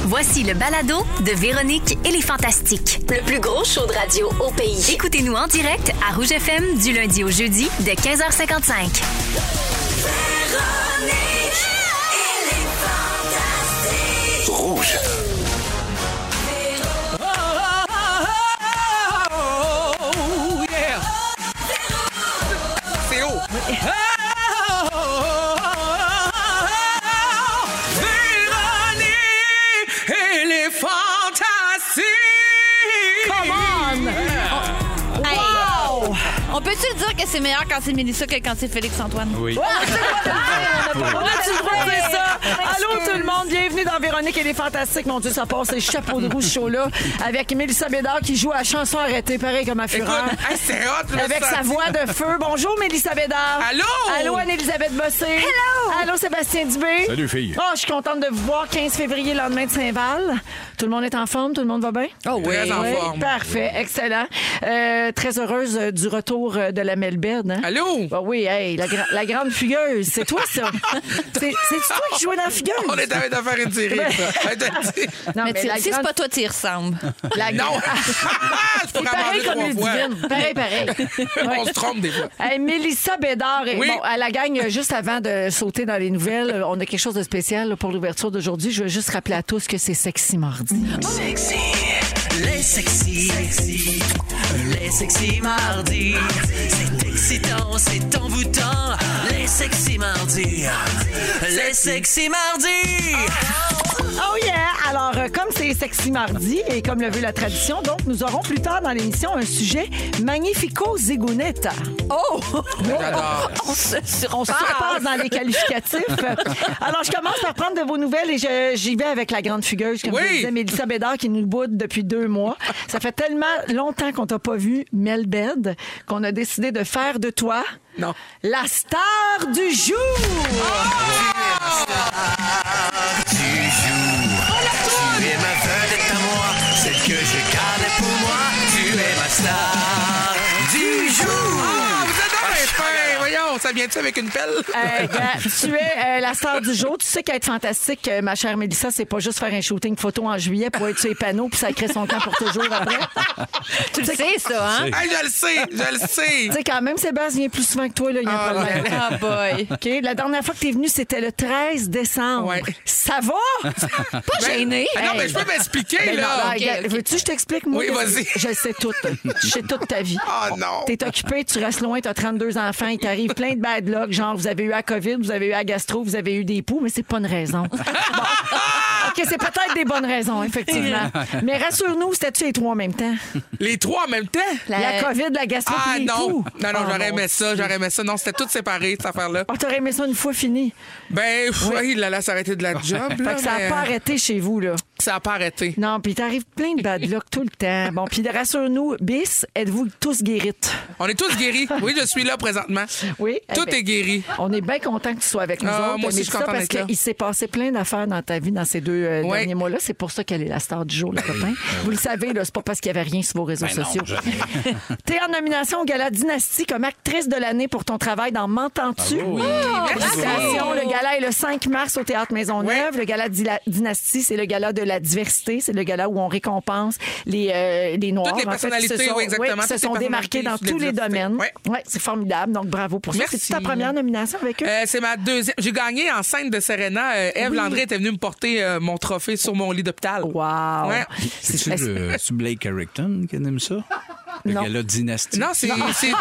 Voici le balado de Véronique et les Fantastiques. Le plus gros show de radio au pays. Écoutez-nous en direct à Rouge FM du lundi au jeudi dès 15h55. Véronique et les Fantastiques. Rouge. C'est haut. On peut-tu dire que c'est meilleur quand c'est Mélissa que quand c'est Félix-Antoine? Oui. On a-tu le droit de dire ça? Allô tout le monde, bienvenue dans Véronique et les Fantastiques. Mon Dieu, ça passe, c'est chapeau de roue ce show-là. Avec Mélissa Bédard qui joue à chanson arrêtée, pareil comme à Fureur. C'est hot, là, Avec ça. sa voix de feu. Bonjour Mélissa Bédard. Allô? Allô Anne-Élisabeth Bossé. Hello. Allô Sébastien Dubé. Salut, fille. Oh, je suis contente de vous voir 15 février, lendemain de Saint-Val. Tout le monde est en forme? Tout le monde va bien? Oh oui, très en forme. Parfait, excellent. Très heureuse du retour de la Melberne. Hein? Allô? Ah oui, hey, la grande fugueuse. C'est toi, ça? C'est toi qui jouais dans la fugueuse? On est en train de faire une série, ça. Non, Mais tu sais, c'est pas toi qui ressemble. Non! Je pourrais Pareil manger comme 3 les fois. divines. Pareil. On se trompe des fois. Hey, Mélissa Bédard, Oui. bon, à la gang, juste avant de sauter dans les nouvelles, on a quelque chose de spécial là, pour l'ouverture d'aujourd'hui. Je veux juste rappeler à tous que c'est Sexy Mardi. Sexy, les sexy, les sexy mardis. C'est excitant, c'est envoûtant. Les sexy mardis, les sexy mardis. Oh yeah! Alors, comme c'est Sexy Mardi et comme le veut la tradition, donc nous aurons plus tard dans l'émission un sujet Magnifico Zigounetta. Oh! J'adore. On se repasse dans les qualificatifs. Alors, je commence par prendre de vos nouvelles et j'y vais avec la grande fugueuse, comme Oui. je disais, Mélissa Bédard, qui nous boude depuis 2 mois. Ça fait tellement longtemps qu'on t'a pas vu, Melbed, qu'on a décidé de faire de toi Non. la star du jour! Du jour, tu es ma vedette à moi, celle que je gardais pour moi. Tu es ma star du jour. Ah, vous êtes dans les fins. Voyons, ça vient-tu avec une pelle? Gars, tu es la star du jour. Tu sais qu'être fantastique, ma chère Mélissa, c'est pas juste faire un shooting photo en juillet pour être sur les panneaux puis ça crée son camp pour toujours après. Tu sais ça, hein? Hey, je le sais. Tu sais, quand même, Sébastien vient plus souvent que toi, là, il y a un problème. Ah boy. OK? La dernière fois que t'es venu, c'était le 13 décembre. Ouais. Ça va? Pas gêné. Ah non, mais je peux m'expliquer, Ben non, là. regarde, veux-tu que je t'explique, moi? Oui, vas-y. Je sais tout. Je sais toute ta vie. Ah non. T'es occupé, tu restes loin, t'as 32 enfants, il t'arrive plein de bad luck, genre vous avez eu la COVID, vous avez eu la gastro, vous avez eu des poux, mais c'est pas une raison. Bon. OK, c'est peut-être des bonnes raisons, effectivement. Mais rassure-nous, c'était-tu les 3 en même temps? Les 3 en même temps? La COVID, la gastro, Ah puis les non. poux. Non, Oh, j'aurais mon aimé ça, Dieu. j'aurais aimé ça. Non, c'était tout séparé, cette affaire-là. Oh, t'aurais aimé ça une fois fini. Ben, oui, il allait s'arrêter de la job, Fait là, que ça mais, n'a pas arrêté chez vous, là. ça a pas arrêté. Non, puis t'arrives plein de bad luck tout le temps. Bon, puis rassure-nous, Bis, êtes-vous tous guérites? On est tous guéris. Oui, je suis là présentement. Oui. Tout Eh ben, est guéri. On est bien content que tu sois avec nous Ah, autres. moi aussi, Mais je suis ça content parce d'être là. qu'il s'est passé plein d'affaires dans ta vie dans ces 2 Ouais. derniers mois-là. C'est pour ça qu'elle est la star du jour, le copain. Vous le savez, là, c'est pas parce qu'il y avait rien sur vos réseaux sociaux. T'es en nomination au Gala Dynastie comme actrice de l'année pour ton travail dans M'entends-tu? Oui, merci. Félicitations. Le gala est le 5 mars au Théâtre Maisonneuve. Le Gala Dynastie, c'est le gala de la diversité. C'est le gala où on récompense les Noirs. Toutes les en fait, qui personnalités, se sont, oui, exactement. qui se Toutes les sont démarqués dans personnalités tous les de la diversité. domaines. Ouais. Ouais, c'est formidable. Donc, bravo pour ça. Merci. C'est ta première nomination avec eux? C'est ma deuxième. J'ai gagné en scène de Serena. Ève Landry était venue me porter mon trophée sur mon lit d'hôpital. Wow! Ouais. C'est Blake Carrington qui anime ça? Le Non. gala Dynastie. Non, c'est. Ah, C'est-tu.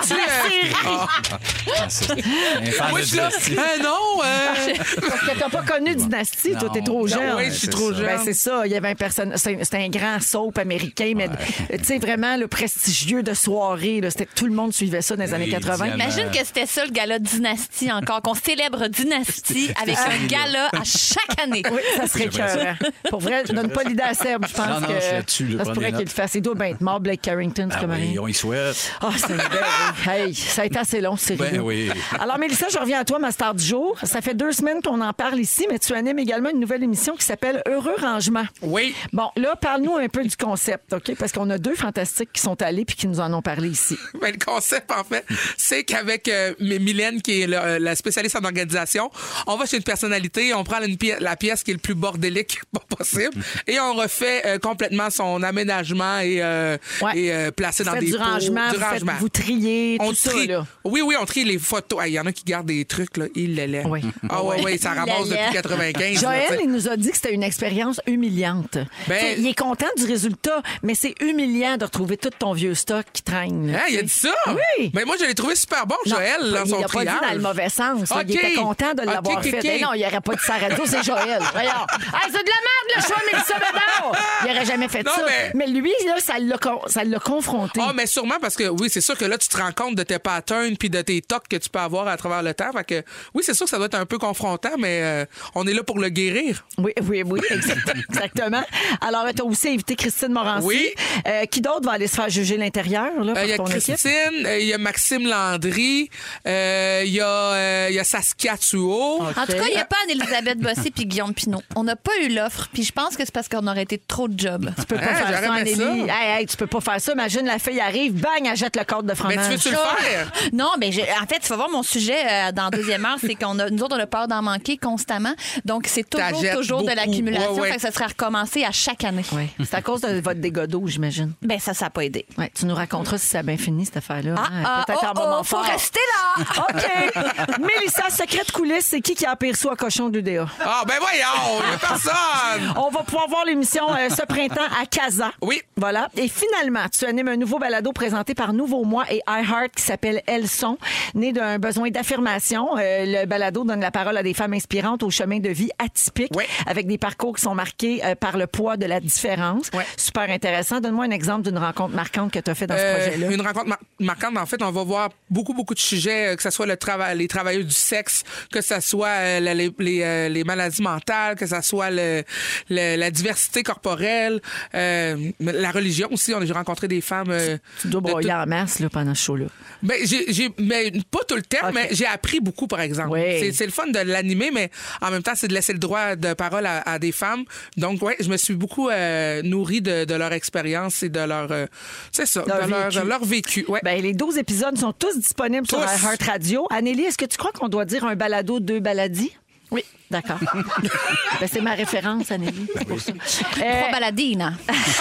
C'est un fan Moi, de je suis là. Dynastie. Non. Parce que t'as pas connu Dynastie, toi, t'es trop jeune. Oui, je suis trop jeune. Ben, c'est ça. Il y avait un c'était un grand soap américain, mais tu sais, vraiment le prestigieux de soirée. Là, tout le monde suivait ça dans les années 80. Diamant. Imagine que c'était ça, le gala Dynastie encore, qu'on célèbre Dynastie avec un gala à chaque année. Oui, ça serait écœurant. Pour vrai, je donne pas l'idée à Seb. Je pense Non, non, que je suis là-dessus, là, ça se prends pourrait des qu'il le fasse. Il doit bien être mort, Blake Carrington, c'est comme rien. on y souhaite. Ah, c'est une belle. Hey, ça a été assez long, c'est Ben oui. Alors, Mélissa, je reviens à toi, ma star du jour. Ça fait 2 semaines qu'on en parle ici, mais tu animes également une nouvelle émission qui s'appelle Heureux Rangement. Oui. Bon, là, parle-nous un peu du concept, OK? Parce qu'on a 2 fantastiques qui sont allés puis qui nous en ont parlé ici. Ben, le concept, en fait, c'est qu'avec Mylène, qui est la spécialiste en organisation, on va chez une personnalité, on prend la pièce qui est le plus bordélique possible et on refait complètement son aménagement et placé dans Faites des du pots. rangement, vous triez, On tout ça, trie. là. Oui, on trie les photos. Il y en a qui gardent des trucs, là. Ils les Oui. Ah oui, ça ramasse depuis 95. Joël, il nous a dit que c'était une expérience humiliante. Ben- Il est content du résultat, mais c'est humiliant de retrouver tout ton vieux stock qui traîne. là, Hein, tu il a sais. dit ça? Oui. Mais moi, je l'ai trouvé super bon, Non, Joël, dans il son n'a pas dit triage. dans le mauvais sens. OK. Il était content de l'avoir OK, fait. OK. Mais non, il n'aurait pas dit ça à la radio, c'est Joël. Voyons. Hey, c'est de la merde, le choix, Mélissa Bédard. Il n'aurait jamais fait Non, ça. mais- Mais lui, là, ça l'a confronté. Ah, mais sûrement parce que, oui, c'est sûr que là, tu te rends compte de tes patterns puis de tes tocs que tu peux avoir à travers le temps. Fait que, oui, c'est sûr que ça doit être un peu confrontant, mais on est là pour le guérir. Oui, exactement. Alors, tu as aussi invité Christine Morancy. Oui. Qui d'autre va aller se faire juger l'intérieur là, par Il y a ton équipe? Christine, il y a Maxime Landry, il y a Saskia Thuot. En tout cas, il n'y a pas Anne-Élisabeth Bossé puis Guillaume Pinot. On n'a pas eu l'offre, puis je pense que c'est parce qu'on aurait été trop de jobs. Tu peux pas Hein, faire ça, j'aurais aimé Anneli. ça. Hey, tu peux pas faire ça. Imagine, la fille arrive, bang, elle jette le cadre de Mais fromage. tu veux-tu le faire? Non, mais en fait, tu vas voir mon sujet dans la deuxième heure, c'est nous autres, on a peur d'en manquer constamment. Donc, c'est T'achètes toujours de beaucoup. l'accumulation. Ouais, ouais. Fait que ça sera recommencé à chaque année. Oui. C'est à cause de votre dégât d'eau, j'imagine. Ben, ça n'a pas aidé. Ouais, tu nous raconteras si ça a bien fini, cette affaire-là. Peut-être un oh, moment faut fort. rester là! OK. Mélissa, secret de coulisses, c'est qui a pire soi cochon d'UDA? Ah, ben voyons, il y a personne! On va pouvoir voir l'émission ce printemps à Casa. Oui. Voilà. Et finalement, tu animes un nouveau balado présenté par Nouveau Moi et iHeart qui s'appelle Elles sont, né d'un besoin d'affirmation. Le balado donne la parole à des femmes inspirantes au chemin de vie atypique, Oui. avec des parcours qui sont marqués par le poids de la différence. Oui. Super intéressant. Donne-moi un exemple d'une rencontre marquante que tu as fait dans ce projet-là. Une rencontre marquante, en fait, on va voir beaucoup de sujets, que ce soit les travailleurs du sexe, que ce soit les maladies mentales, que ce soit la diversité corporelle, la religion aussi. J'ai rencontré des femmes... Tu dois de broyer tout- en masse là, pendant ce show-là. Ben, mais pas tout le temps, OK. mais j'ai appris beaucoup, par exemple. Oui. C'est le fun de l'animer, mais en même temps, c'est de laisser le droit de parole à des femmes. Donc, ouais, je me suis beaucoup nourrie de leur expérience et de leur... c'est ça, leur vécu. Ouais. Ben, les 12 épisodes sont tous disponibles sur Tous. iHeart Radio. Anneli, est-ce que tu crois qu'on doit dire un balado, 2 baladis? Oui. D'accord. Ben, c'est ma référence, Anneli. C'est pour ça. 3 baladines.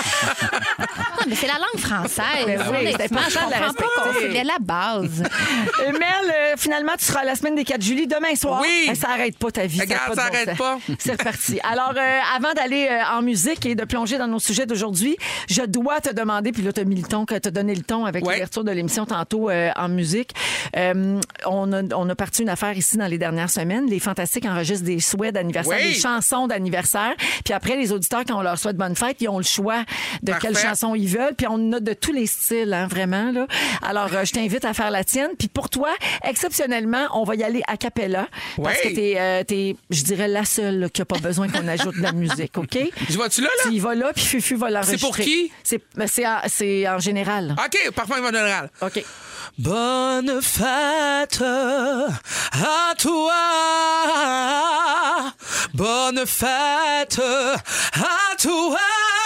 Non, mais c'est la langue française. Ben oui, c'est Honnêtement, je important de la comprends pas qu'on respecter. c'est la base. Mel, finalement, tu seras à la semaine des 4 juillet demain soir. Oui. Ça arrête pas ta vie. Regarde, ça a ça de arrête sens. pas. C'est reparti. Alors, avant d'aller en musique et de plonger dans nos sujets d'aujourd'hui, je dois te demander, puis là, tu as mis le ton, que tu as donné le ton avec Ouais. l'ouverture de l'émission tantôt en musique. On a parti une affaire ici dans les dernières semaines. Les Fantastiques enregistrent des souhaits d'anniversaire, Oui. des chansons d'anniversaire. Puis après, les auditeurs, quand on leur souhaite bonne fête, ils ont le choix de Parfait. quelle chanson ils veulent. Puis on en a de tous les styles, hein, vraiment. Là. Alors, je t'invite à faire la tienne. Puis pour toi, exceptionnellement, on va y aller a cappella. Parce Oui. que t'es, je dirais, la seule là, qui n'a pas besoin qu'on ajoute de la musique, OK? Je vois-tu là? Tu y vas là, puis Fufu va l'enregistrer. C'est pour qui? C'est en général. OK, parfait, en général. OK. Bonne fête à toi. Bonne fête à toi.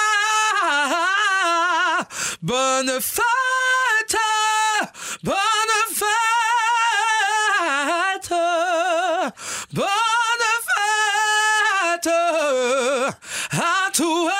Bonne fête. Bonne fête. Bonne fête à toi.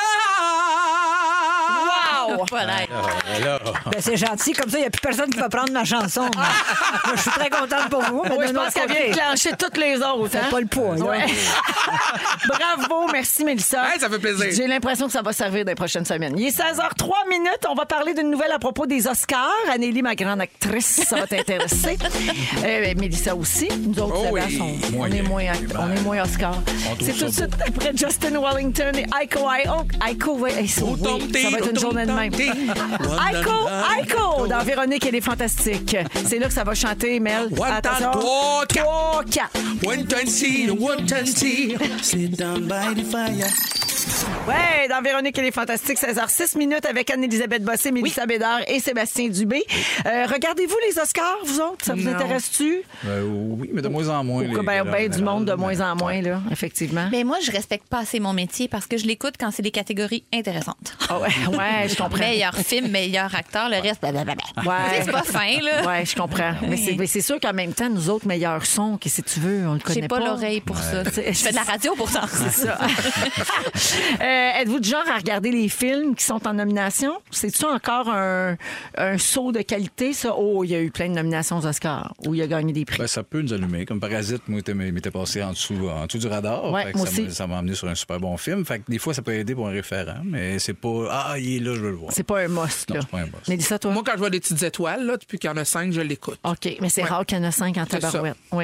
Wow! Voilà. Ben, c'est gentil, comme ça, il n'y a plus personne qui va prendre ma chanson. Moi, je suis très contente pour vous. Mais Oui, je d'un pense autre qu'elle vient côté, déclencher toutes les autres. Hein? pas le poids. là. Ouais. Bravo, merci Mélissa. Hey, ça fait plaisir. J'ai l'impression que ça va servir dans les prochaines semaines. Il est 16h03 minutes. On va parler d'une nouvelle à propos des Oscars. Anneli, ma grande actrice, ça va t'intéresser. Mélissa aussi. Nous autres, Oh vous savez, oui. on est moins Oscar. C'est tout de suite après Justin Wellington et Aiko. Oui, ça va être une journée de même. Aiko, dans Véronique, elle est fantastique. C'est là que ça va chanter, Mel. Attention. 3, 4. 3, 4. 120, 120. Sit down by the fire. Ouais, dans Véronique et les Fantastiques, 16h06 minutes avec Anne-Élisabeth Bossé, Mélissa Bédard et Sébastien Dubé. Regardez-vous les Oscars, vous autres? Ça vous Non. intéresse-tu? Oui, mais de moins en moins. Ben, du monde de moins en moins, là, effectivement. Mais moi, je respecte pas assez mon métier parce que je l'écoute quand c'est des catégories intéressantes. Ah ouais, je comprends. Meilleur film, meilleur acteur, le reste, blablabla. Ouais. C'est pas fin, là. Ouais, je comprends. Mais c'est sûr qu'en même temps, nous autres, meilleurs sons, que si tu veux, on le connaît J'ai pas. pas l'oreille pour ça. Je fais de la radio pourtant. C'est ça. Êtes-vous du genre à regarder les films qui sont en nomination? C'est-tu encore un saut de qualité, ça? Oh, il y a eu plein de nominations aux Oscars où il a gagné des prix. Ben, ça peut nous allumer. Comme Parasite, moi, m'était passé en dessous du radar. Ouais, Fait que moi ça aussi. ça m'a amené sur un super bon film. Fait que des fois, ça peut aider pour un référent, mais c'est pas « Ah, il est là, je veux le voir ». C'est pas un must, Non, là. c'est pas un must. Mélissa, toi? Moi, quand je vois des petites étoiles, là, depuis qu'il y en a 5, je l'écoute. OK, mais c'est rare qu'il y en a 5 en C'est tabarouette. Oui.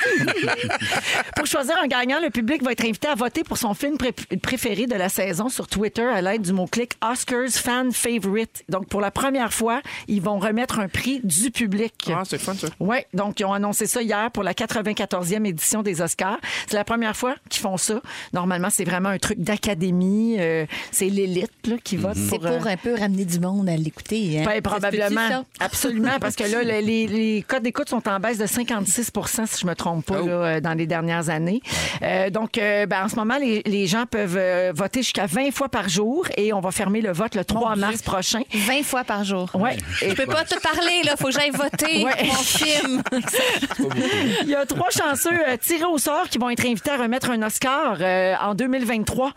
Pour choisir un gagnant, le public va être invité à voter pour son film préféré de la saison sur Twitter à l'aide du mot-clic Oscars Fan Favorite. Donc, pour la première fois, ils vont remettre un prix du public. Ah, c'est fun, ça. Oui, donc ils ont annoncé ça hier pour la 94e édition des Oscars. C'est la première fois qu'ils font ça. Normalement, c'est vraiment un truc d'académie. C'est l'élite là, qui vote C'est pour un peu ramener du monde à l'écouter. Hein? ben, probablement. Ça? Absolument, parce que là, les codes d'écoute sont en baisse de 56 si je me trompe pas, là, dans les dernières années. Donc, en ce moment, les gens peuvent voter jusqu'à 20 fois par jour et on va fermer le vote le 3 mars prochain. 20 fois par jour. Ouais. Je peux pas te parler, là. Faut que j'aille voter Ouais. pour mon film. Il y a 3 chanceux tirés au sort qui vont être invités à remettre un Oscar en 2023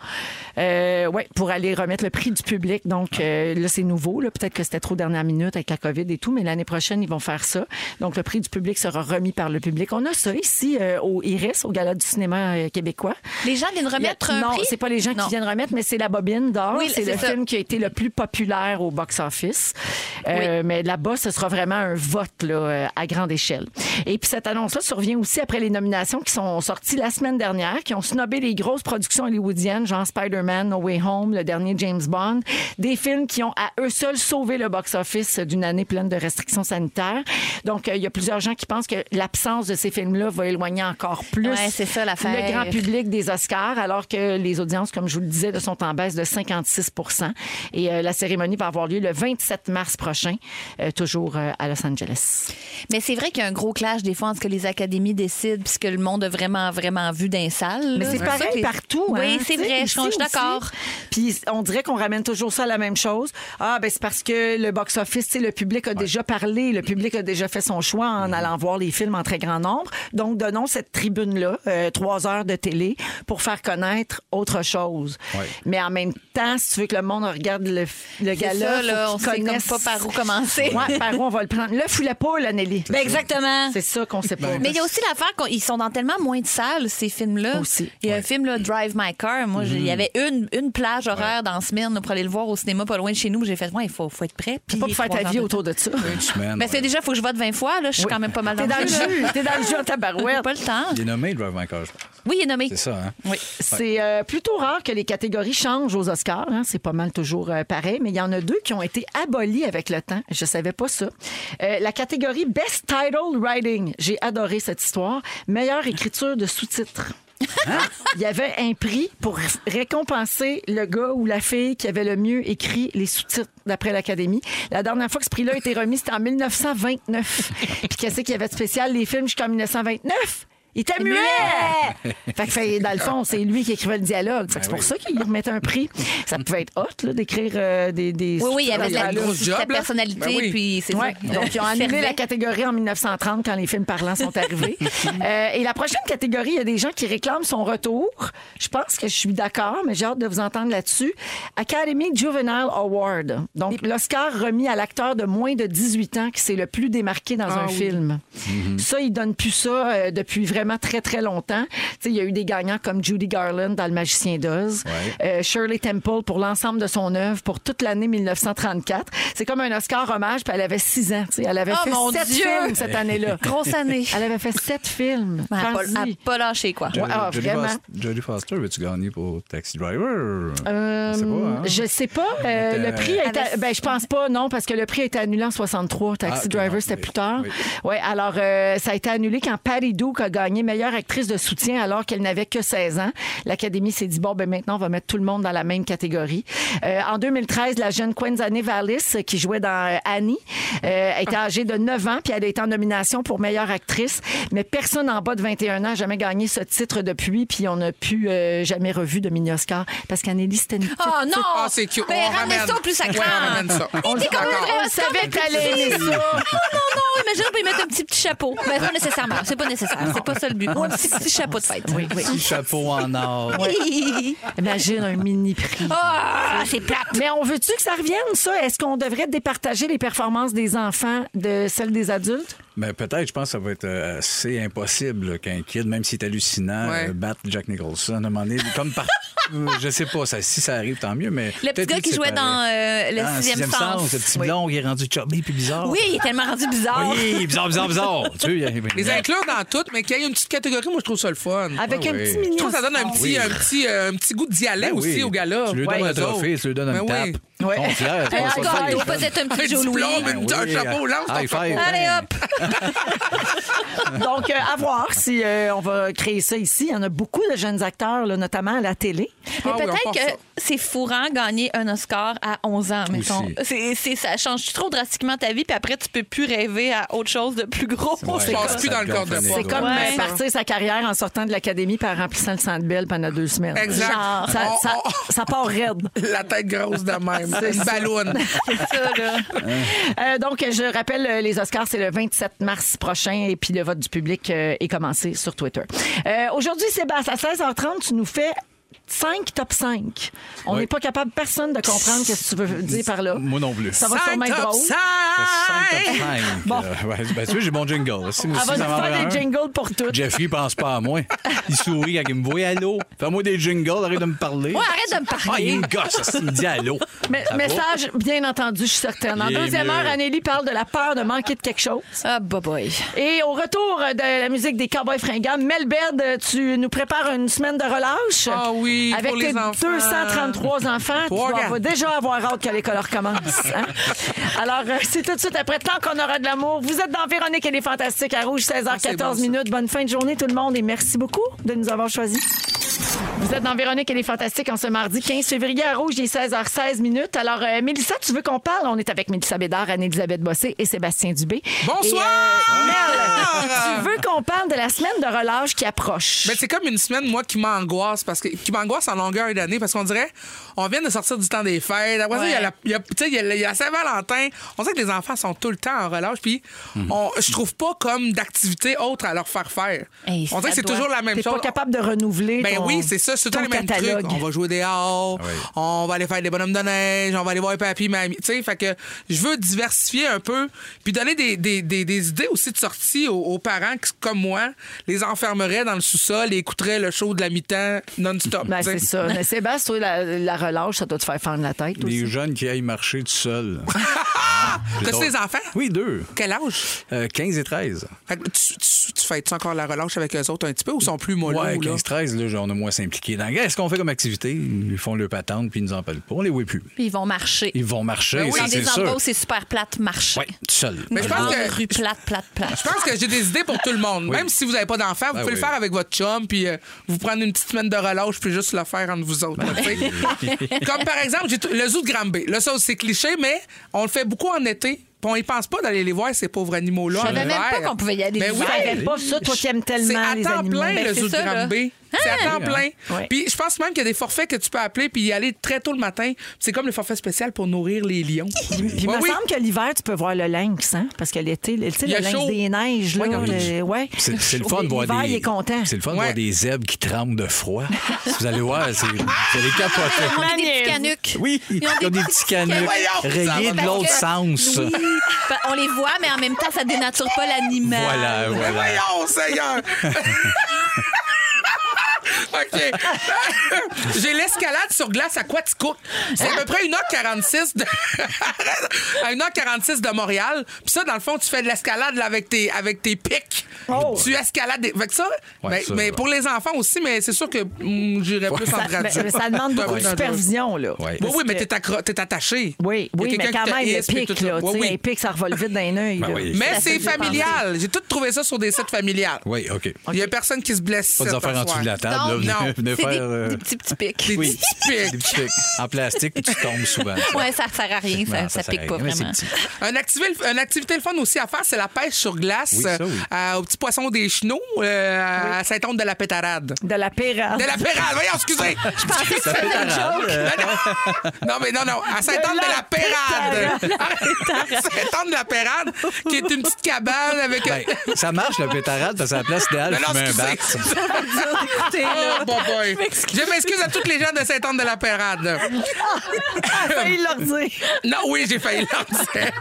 pour aller remettre le prix du public. Donc, là, c'est nouveau. Là. Peut-être que c'était trop dernière minute avec la COVID et tout, mais l'année prochaine, ils vont faire ça. Donc, le prix du public sera remis par le public. On a ça ici au Iris, au Gala du cinéma québécois. Les gens viennent remettre un non, prix? c'est pas les gens Non. qui viennent remettre, mais c'est La Bobine d'or. Oui, c'est le ça. film qui a été le plus populaire au box-office. Mais là-bas, ce sera vraiment un vote là, à grande échelle. Et puis cette annonce-là survient aussi après les nominations qui sont sorties la semaine dernière, qui ont snobé les grosses productions hollywoodiennes, genre Spider-Man, No Way Home, le dernier James Bond, des films qui ont à eux seuls sauvé le box-office d'une année pleine de restrictions sanitaires. Donc, il y a plusieurs gens qui pensent que l'absence de ces films-là va éloigner encore plus Ouais, c'est ça, l'affaire. le grand public des Oscars, alors que les audiences, comme je vous le disais, sont en baisse de 56 %. Et la cérémonie va avoir lieu le 27 mars prochain, toujours à Los Angeles. Mais c'est vrai qu'il y a un gros clash des fois entre ce que les académies décident puis ce que le monde a vraiment vu dans les salles. Mais là. c'est pour ça pareil que les- partout. Oui, hein, c'est tu sais, vrai, ici je suis d'accord. aussi. Puis on dirait qu'on ramène toujours ça à la même chose. Ah, ben c'est parce que le box-office, tu sais, le public a déjà parlé, le public a déjà fait son choix en allant voir les films en très grand nombre. Donc, donnons cette tribune-là, 3 heures de télé, pour faire connaître autre chose. Ouais. Mais en même temps, si tu veux que le monde regarde le C'est gala, ça, là, on faut sait qu'ils comme connaissent... pas par où commencer. Ouais, par où on va le prendre. L'œuf ou la poule, Anneli? Ben exactement. C'est ça qu'on sait pas. Mais il y a aussi l'affaire qu'ils sont dans tellement moins de salles, ces films-là. Aussi. Il y a un film, là, Drive My Car. Moi, il y avait une plage horaire dans la semaine là, pour aller le voir au cinéma pas loin de chez nous. J'ai fait, il faut être prêt. C'est pas pour faire ta vie autour de ça. Une semaine. Mais c'est déjà, il faut que je vote 20 fois. Là, je suis quand même pas mal dans T'es dans le jeu, là. jeu. T'es dans le jeu en tabarouette. Pas le temps. Il est nommé Drive My Car, je pense. Oui, il est nommé. C'est ça, hein? Oui. C'est plutôt rare que les catégories changent aux Oscars. Hein. C'est pas mal toujours pareil. Mais il y en a 2 qui ont été abolies avec le temps. Je savais pas ça. La catégorie Best Title Writing. J'ai adoré cette histoire. Meilleure écriture de sous-titres. Il y avait un prix pour récompenser le gars ou la fille qui avait le mieux écrit les sous-titres d'après l'Académie. La dernière fois que ce prix-là a été remis, c'était en 1929. Puis qu'est-ce qu'il y avait de spécial, les films jusqu'en 1929? Il était muet! Fait que, dans le fond, c'est lui qui écrivait le dialogue. Fait que c'est pour ça qu'il remettait un prix. Ça pouvait être hot, là, d'écrire des Oui, il y avait de la gros job, là. personnalité. Ben oui. Puis c'est Ouais. ça. Donc, ils ont annulé la catégorie en 1930 quand les films parlants sont arrivés. Et la prochaine catégorie, il y a des gens qui réclament son retour. Je pense que je suis d'accord, mais j'ai hâte de vous entendre là-dessus. Academy Juvenile Award. Donc, l'Oscar remis à l'acteur de moins de 18 ans qui s'est le plus démarqué dans un film. Ça, ils donnent plus ça depuis vraiment très, très longtemps. Tu sais, il y a eu des gagnants comme Judy Garland dans Le Magicien d'Oz, Shirley Temple pour l'ensemble de son œuvre pour toute l'année 1934. C'est comme un Oscar hommage, puis elle avait 6 ans. Tu sais, elle avait fait mon 7 Dieu! films cette année-là. Grosse année. Elle avait fait 7 films. Elle a Pense-y. pas lâché, quoi. Vraiment. Jodie Foster, veux-tu gagner pour Taxi Driver? Je sais pas, hein? Je sais pas. Le prix a été... Ben, je pense pas, non, parce que le prix a été annulé en 63. Taxi Ah, Driver, non, c'était oui. plus tard. Oui. Ouais, alors, ça a été annulé quand Patty Duke a gagné gagné meilleure actrice de soutien alors qu'elle n'avait que 16 ans. L'Académie s'est dit, bon, ben maintenant, on va mettre tout le monde dans la même catégorie. En 2013, la jeune Quinzane Vallis, qui jouait dans Annie, était âgée de 9 ans, puis elle a été en nomination pour meilleure actrice. Mais personne en bas de 21 ans n'a jamais gagné ce titre depuis, puis on n'a plus jamais revu de mini-Oscar parce qu'Anneli, c'était une petite... Oh non! Ah, c'est cute. Ben, On ramenez ramène. ça au plus sacré. Ouais, on ramène ça. On savait que t'allais aimer ça. Non, imagine, on peut y mettre un petit chapeau. Ben, pas nécessairement. C'est pas nécessaire. C'est pas ça le but. Ou un petit chapeau de fête. Oui, oui. Petit chapeau en or. Imagine un mini-prix. Ah, c'est plate. Mais on veut-tu que ça revienne, ça? Est-ce qu'on devrait départager les performances des enfants de celles des adultes? Ben, peut-être, je pense que ça va être assez impossible là, qu'un kid, même s'il est hallucinant, batte Jack Nicholson à un moment donné. Comme par... je sais pas, si ça arrive, tant mieux, mais... Le petit gars qui jouait dans le sixième sens. Le petit blond qui est rendu chubby puis bizarre. Oui, il est tellement rendu bizarre. Oui, bizarre. Tu sais, Les inclure dans tout, mais qu'il y ait une petite catégorie, moi, je trouve ça le fun. Avec un petit mini. Je trouve que ça donne un petit goût de dialet aussi au gars-là. Tu lui donnes un trophée, tu lui donnes un tape. Ouais. Fier, c'est Un pas ça, gâteau, c'est le peut-être un petit Un Joe Louis. diplôme, un chapeau, lance ton high chapeau. five. Allez, hop! Donc, à voir si on va créer ça ici. Il y en a beaucoup de jeunes acteurs, là, notamment à la télé. Mais Ah oui, on peut-être part que ça. c'est fourrant gagner un Oscar à 11 ans, mettons. Ça change trop drastiquement ta vie, puis après, tu peux plus rêver à autre chose de plus gros. Je passe plus dans le corps de C'est bois. C'est comme Ouais. partir sa carrière en sortant de l'académie par remplissant le Centre Bell pendant 2 semaines. Exact. Genre, ça part raide. La tête grosse de même. Une ballonne. C'est ça, là. Donc, je rappelle, les Oscars, c'est le 27 mars prochain et puis le vote du public est commencé sur Twitter. Aujourd'hui, Sébastien, à 16h30, tu nous fais 5 top 5. On n'est pas capable, personne, de comprendre ce que tu veux dire par là. Moi non plus. Ça va sûrement être drôle. 5 top 5. Bon. Ben, tu vois, j'ai mon jingle. Si moi Elle aussi, va ça m'en nous prend faire des un. jingles pour toutes. Jeffrey pense pas à moi. Il sourit quand il me voit. Allô? Fais-moi des jingles, arrête de me parler. Ouais, arrête de me parler. Ah, il me gosse, il me dit allô. Mais, Ça va? message bien entendu, je suis certaine. En Il est deuxième mieux. heure, Anneli parle de la peur de manquer de quelque chose. Ah, boy. Et au retour de la musique des Cowboys fringants, Melbed, tu nous prépares une semaine de relâche. Ah oui, Avec pour les enfants. 233 enfants. Tu Trois vas gars. déjà avoir hâte que l'école recommence. Hein? Alors, c'est tout de suite après tant qu'on aura de l'amour. Vous êtes dans Véronique et les Fantastiques à Rouge, 16h14 c'est bon, ça. minutes. Bonne fin de journée tout le monde et merci beaucoup de nous avoir choisis. Vous êtes dans Véronique et les Fantastiques en ce mardi 15 février à Rouge, il est 16h16 minutes. Alors, Mélissa, tu veux qu'on parle? On est avec Mélissa Bédard, Anne-Élisabeth Bossé et Sébastien Dubé. Bonsoir! Et, Mel, tu veux qu'on parle de la semaine de relâche qui approche? Ben, c'est comme une semaine, moi, qui m'angoisse qui m'angoisse en longueur d'année parce qu'on dirait, on vient de sortir du temps des fêtes. Après ça, il y a la Saint-Valentin. On sait que les enfants sont tout le temps en relâche, puis je trouve pas comme d'activité autre à leur faire faire. Hey, on dirait que c'est toujours la même T'es chose. pas capable de renouveler Ben ton, oui, c'est ça, c'est tout ton le même catalogue. truc. On va jouer dehors, on va aller faire des bonhommes de neige, on va aller voir papy, mamie. Tu sais, fait que je veux diversifier un peu, puis donner des idées aussi de sortie aux parents qui, comme moi, les enfermeraient dans le sous-sol et écouteraient le show de la mi-temps non-stop. Ben, tu sais. c'est ça. Mais Sébastien, toi, la relâche, ça doit te faire fendre la tête aussi. Les jeunes qui aillent marcher tout seuls. T'as-tu des enfants? Oui, 2. Quel âge? 15 et 13. Fait que tu fais-tu encore la relâche avec eux autres un petit peu ou sont plus mollo? Ouais, là? 15-13, là, on a moins s'impliquer. Qu'est-ce qu'on fait comme activité? Ils font le patente puis ils nous en parlent pas. On les voit plus. Puis ils vont marcher. Ils vont marcher, Ben oui, ça, Dans c'est des sûr. endroits où c'est super plate, marcher. Oui, tout seul. Mais je pense Grande que- rue plate. Je pense que j'ai des idées pour tout le monde. Oui. Même si vous n'avez pas d'enfants, vous Ben pouvez le oui. faire avec votre chum, puis vous prendre une petite semaine de relâche, puis juste le faire entre vous autres. tu sais. Comme par exemple, le zoo de Granby. Là, ça, c'est cliché, mais on le fait beaucoup en été. Puis on y pense pas d'aller les voir, ces pauvres animaux-là. Je en savais même hiver. pas qu'on pouvait y aller Ben l'hiver. oui. Je savais pas ça, toi qui aimes C'est tellement à les temps animaux. plein, Ben, le c'est zoo de ça, là. Granby. C'est à temps plein. Ouais. Puis je pense même qu'il y a des forfaits que tu peux appeler puis y aller très tôt le matin. C'est comme le forfait spécial pour nourrir les lions. Puis il Ouais, me oui. semble que l'hiver, tu peux voir le lynx, hein? Parce que l'été, tu sais, Il y le a lynx chaud. des neiges, là. Ouais. C'est le fun de voir L'hiver, des. il est content. C'est le fun de Ouais. voir des zèbres qui tremblent de froid. Vous allez voir, vous allez capoter. On a des petits canucks. Oui, ils ont des petits canucks Voyons, ça rayés va de l'autre sens. Oui. Fait, on les voit, mais en même temps, ça dénature pas l'animal. Voilà, Mais voilà. voyons, Seigneur! OK. J'ai l'escalade sur glace à Quaticook. C'est à peu près 1h46 à 1h46 de Montréal. Puis ça, dans le fond, tu fais de l'escalade là, avec tes pics. Oh. Tu escalades. Fait que ça, mais pour les enfants aussi, mais c'est sûr que j'irais plus en graduate. Ça demande beaucoup de supervision, là. Oui, mais t'es attaché. Oui, mais quand même, le pic, là. Un pic, ça revole vite d'un œil. Mais c'est familial. J'ai tout trouvé ça sur des sites familiales. Oui, OK. Il y a personne qui se blesse. Pas des affaires en dessous de la table. Non, venez C'est faire... des petits pics. Des petits Des pics. petits pics. En plastique, puis tu tombes souvent. Ouais, ça sert à rien. Non, Ça sert à pique pas rien, mais c'est vraiment. petit. Une activité le fun aussi à faire, c'est la pêche sur glace Oui, ça, oui. au petit poisson des Chenaux à Saint-Onde-de-la-Pétarade. De la pérade. De la Pérade, voyons, excusez. Je pensais que c'était une joke. Non, à Saint-Onde-de-la-Pérade. Saint-Onde-de-la-Pérade, qui est une petite cabane avec... Ben, ça marche, le pétarade, parce que c'est la place idéale pour fumer un bat. Oh, boy. Je m'excuse à toutes les gens de Saint-Onde-de-la-Pérade. failli leur dire. Non, oui, j'ai failli leur dire.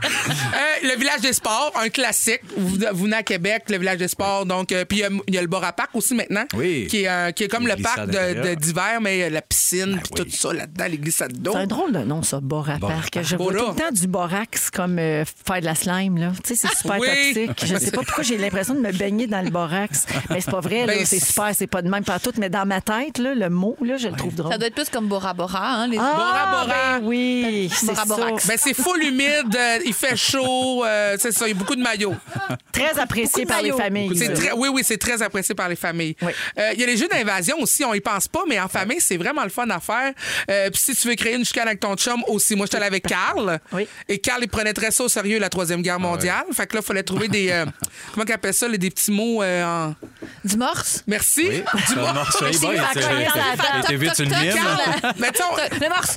Le village des sports, un classique. Vous venez à Québec, le village des sports. Donc, puis il y a le Bora Park aussi maintenant, Oui. qui est comme Les le parc glissades d'hiver, mais la piscine, puis oui. tout ça là-dedans, les glissades d'eau. C'est un drôle de nom, ça, Bora Park. Je vois Bora. tout le temps du borax comme faire de la slime, là. Tu sais, c'est super Oui. toxique. Je sais pas pourquoi j'ai l'impression de me baigner dans le borax. Mais c'est pas vrai, là. Ben, C'est super, c'est pas de même partout. Mais dans ma tête, là, le mot, là, je le trouve drôle. Ça doit être plus comme Bora Bora, hein, les Bora. Ben oui, c'est Bora ça. Borax. Ben, c'est full humide, il fait chaud, c'est ça, il y a beaucoup de maillots. Très apprécié par les familles. C'est ça. oui, c'est très apprécié par les familles. Oui. Il y a les jeux d'invasion aussi, on y pense pas, mais en famille, c'est vraiment le fun à faire. Puis si tu veux créer une chicane avec ton chum aussi, moi, j'étais allée avec Carl. Oui. Et Carl, il prenait très ça au sérieux, la Troisième Guerre mondiale. Fait que là, il fallait trouver des... comment qu'on appelle ça, des petits mots en... Du morse. Merci. Oui, Du le morse. morceau est bon. T'es vite sur le mime. Mais tu sais, Le morse.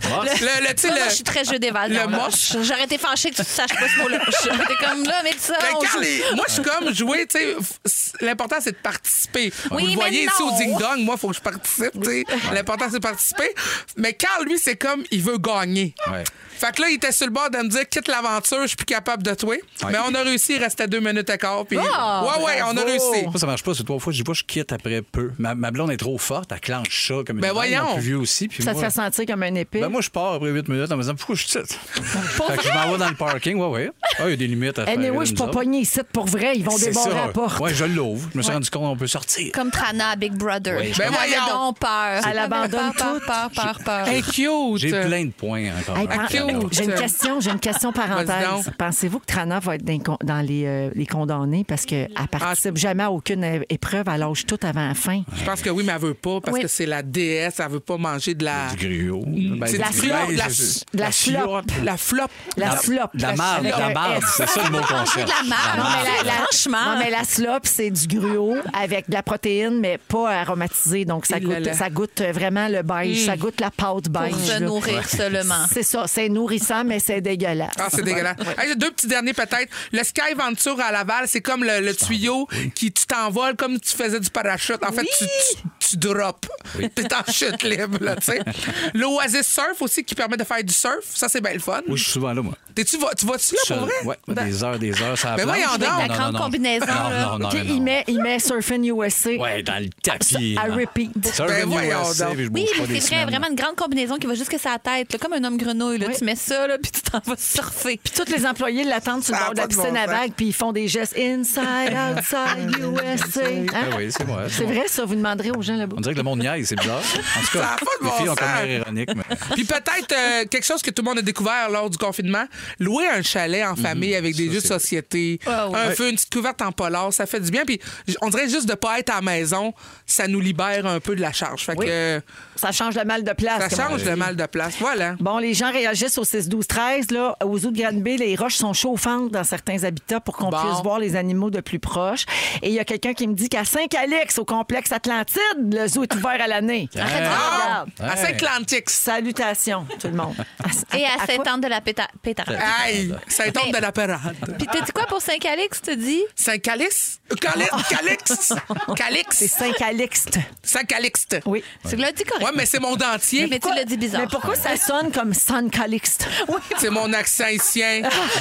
le- Je suis très jeu d'évasion. le morse. J'aurais été fâchée que tu ne saches pas ce mot-là. J'étais comme là, mais ça. Ben, on Carl, joue. moi, je suis comme jouer, tu sais, l'important, c'est de participer. Oui, Vous le mais voyez ici non. au Ding Dong, moi, il faut que je participe, tu sais. L'important, c'est de participer. Mais Carl, lui, c'est comme, il veut gagner. Ouais. Fait que là, il était sur le bord de me dire, quitte l'aventure, je suis plus capable de toi. Mais on a réussi, il restait 2 minutes à quart. Puis... ouais, on a réussi. Moi, ça marche pas. C'est 3 fois. Je dis pas, je quitte après peu. Ma blonde est trop forte. Elle clenche ça comme une Ben balle. voyons. Mon plus vieux aussi. Puis Ça moi, te fait sentir comme un épée. ben moi, je pars après 8 minutes en me disant, pourquoi je suis ici? Fait que je m'en vais dans le parking. Ouais. Ah, il y a des limites à faire. Anyway, là, je suis pas nous autres. pogné ici pour vrai. Ils vont C'est débarrer ça. la porte. Ouais, je l'ouvre. Je me suis rendu compte qu'on peut sortir. Comme Trana à Big Brother. Oui. Ben J'avais voyons. donc peur. Elle abandonne Peur. Hey, cute. J'ai plein de points encore. Hey, Ah, cute. j'ai une question Vas-y parenthèse. donc. Pensez-vous que Trana va être dans les condamnés parce qu'elle participe jamais à aucune épreuve, elle lâche tout avant la fin? Je pense que oui, mais elle veut pas parce Oui. que c'est la déesse, elle veut pas manger de la. Du gruau. Ben, C'est la du flop. gruau, de la- De la flop. La flop. La slop. De la marde. Avec La un marde. S. C'est ça le mot qu'on cherche. de la marde. Non, mais Franchement. Non, mais la slop, c'est du gruau avec de la protéine, mais pas aromatisée. Donc, Et là là. ça goûte vraiment le beige. Ça goûte la pâte beige. Pour se là. nourrir seulement. C'est ça. C'est nourrissant, mais c'est dégueulasse. Ah, c'est dégueulasse. Hey, j'ai 2 petits derniers peut-être. Le Sky Venture à Laval, c'est comme le tuyau qui tu t'envoles comme tu faisais du parachute. En fait, tu drops. Puis t'es en chute libre, là, tu sais. L'Oasis Surf aussi qui permet de faire du surf. Ça, c'est bien le fun. Oui, je suis souvent là, moi. Tu vas-tu là pour vrai? Ouais, des heures, ça Ben voyons donc. La grande combinaison, là. Non, OK, il met Surfing USA Ouais, dans le tapis. à repeat. Ben voyons donc. Oui, mais c'est vrai, vraiment une grande combinaison qui va jusqu'à sa tête, là, comme un homme grenouille. Là. Oui. Tu mets ça, là, puis tu t'en vas surfer. Puis tous les employés l'attendent sur le Ça a bord de la pas de piscine bon à sens. vagues, puis ils font des gestes inside, outside, USA. Hein? Ben oui, c'est moi. C'est vrai, ça, vous demanderez aux gens là-bas. On dirait que le monde niaise, c'est bizarre. En tout Ça cas, a pas de les bon filles ont sens. comme l'air ironique. Mais... Puis peut-être quelque chose que tout le monde a découvert lors du confinement, louer un chalet en famille avec des jeux de société, un feu, une petite couverte en polar, ça fait du bien. Puis on dirait juste de pas être à la maison, ça nous libère un peu de la charge. Fait Oui. que Ça change le mal de place. ça comme on change dit. le mal de place. Voilà. Bon, les gens réagissent au 6-12-13. Là, au zoo de Granby, les roches sont chauffantes dans certains habitats pour qu'on Bon. puisse voir les animaux de plus proche. Et il y a quelqu'un qui me dit qu'à Saint-Calix, au complexe Atlantide, le zoo est ouvert à l'année. Ah! Regarde. À Saint-Clantix. Salutations, tout le monde. Et à quoi? Saint-Anne de la Pétarade. Aïe, Saint-Anne de la Parade. Puis t'as dit quoi pour Saint-Calix, tu dis? Saint-Calix? Calix? C'est Calix? Saint-Calixte. Saint-Calixte. Oui. Tu l'as dit correct. Ouais, mais c'est mon dentier. Mais tu l'as dit bizarre. Mais pourquoi ça sonne comme Saint-Calixte? C'est mon accent haïtien.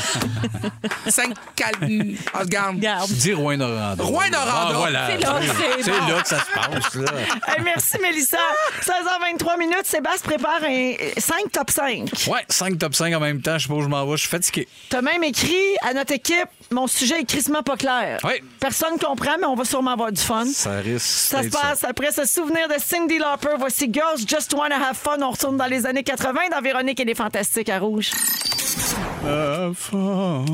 Saint-Cal... Oh, regarde. Tu dis Rouen-Noranda. Rouen-Noranda. Ah, voilà. C'est là, c'est C'est bon. là que ça se passe. Là. Hey, merci Merci, Mélissa. 16h23 minutes. Sébastien prépare un 5 top 5. Ouais, 5 top 5 en même temps. Je sais pas où je m'en vais. Je suis fatigué. T'as même écrit à notre équipe, mon sujet est crissement pas clair. Oui. Personne comprend, mais on va sûrement avoir du fun. Ça risque. Ça se passe après ce souvenir de Cyndi Lauper. Voici Girls Just Wanna Have Fun. On retourne dans les années 80 dans Véronique et les Fantastiques à Rouge. Bon.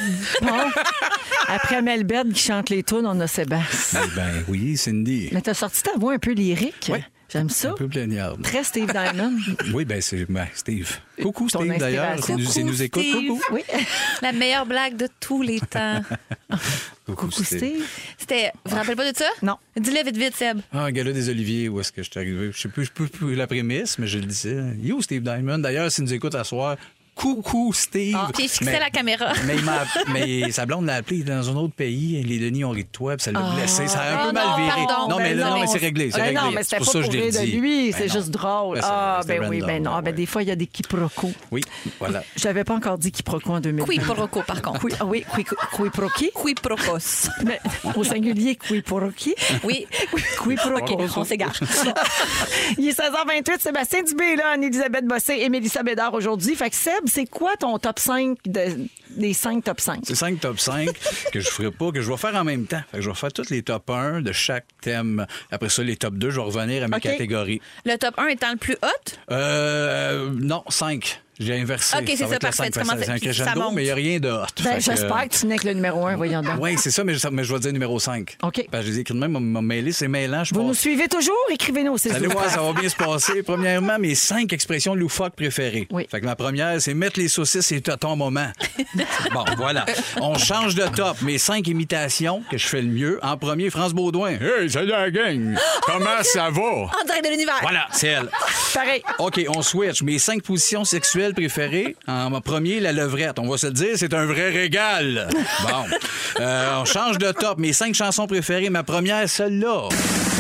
Après Melbert qui chante les tunes, on a Sébastien. Ben oui, Cindy. Mais t'as sorti ta voix un peu lyrique. Oui. J'aime ça. Un peu plaignarde. Très Steve Diamond. Oui, ben c'est Steve. Coucou Ton Steve d'ailleurs. inspiration. C'est nous écoute. Steve. Coucou. Oui. La meilleure blague de tous les temps. Coucou Steve. C'était. Vous vous rappelez pas de ça? Non. Dis-le vite, vite, Seb. Ah, un gala des Oliviers, où est-ce que je suis arrivé? Je sais plus la prémisse, mais je le disais. You, Steve Diamond. D'ailleurs, s'il nous écoute à soir, coucou Steve. Puis il fixait la caméra. Mais sa blonde l'a appelé, il était dans un autre pays. Les Denis ont ri de toi, puis ça l'a blessé. Ça a un peu Ah, mal non, viré. pardon. Non, mais c'est réglé. C'est réglé. Non, mais C'est c'était pour pas ça que pour je l'ai rire de dit. lui. C'est Ben juste non. drôle. Ben, Ah, c'était ben oui, random, ben non. ouais. Ben des fois, il y a des quiproquos. Oui, voilà. J'avais pas encore dit quiproquos en 2020. Quiproquo, par contre. Oui, quiproquis. Quiprocos. Mais au singulier, quiproquis. Oui. Quiproquos. OK, on s'égare. Il est 16h28. Sébastien Dubé est là, Anne-Élisabeth Bossé et Mélissa Bédard aujourd'hui. Fait que Seb, c'est quoi ton top 5 des 5 top 5? C'est 5 top 5 que je ferai pas, que je vais faire en même temps. Fait que je vais faire tous les top 1 de chaque thème. Après ça, les top 2, je vais revenir à mes OK. catégories. Le top 1 étant le plus hot? Non, 5. J'ai inversé. OK, c'est va ça, être le parfait. 5. Tu commences C'est un ça crescendo, monte. mais il n'y a rien de hot. Ben, Fait que, j'espère que tu n'es que le numéro 1, voyons donc. Oui, c'est ça, mais je vais dire numéro 5. OK. Parce que je les ai écrits de même, m'a mêlé, c'est mêlant. Je Vous nous pense. suivez toujours? Écrivez-nous au Allez voir, ça va bien se passer. Premièrement, mes 5 expressions loufoques préférées. Oui. Fait que ma première, c'est mettre les saucisses et ton moment. Bon, voilà. On change de top. Mes 5 imitations que je fais le mieux. En premier, France Baudouin. Hey, salut la gang! Comment ça va? En direct de l'univers. Voilà, c'est elle. Pareil. OK, on switch. Mes 5 positions sexuelles préférées. En premier, la levrette. On va se le dire, c'est un vrai régal. Bon. On change de top. Mes 5 chansons préférées. Ma première, celle-là.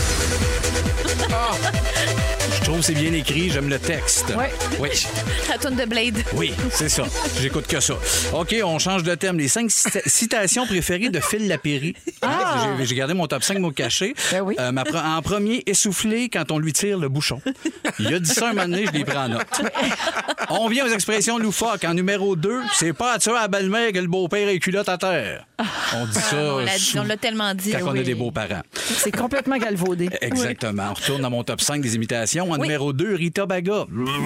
Je trouve que c'est bien écrit. J'aime le texte. Ouais. Oui. La toune de Blade. Oui, c'est ça. J'écoute que ça. OK, on change de thème. Les 5 citations préférées de Phil Lapéry. J'ai gardé mon top 5 mots cachés. Ben oui. En premier, essoufflé quand on lui tire le bouchon. Il a dit ça un moment donné, je l'ai pris en note. On vient aux expressions loufoques. En numéro 2, c'est pas à tuer à la belle-mère que le beau-père est culotte à terre. On dit ça On l'a tellement dit. quand on a oui. des beaux-parents. C'est complètement galvaudé. Exactement. On retourne dans mon top 5 des imitations. En numéro 2, Rita Baga.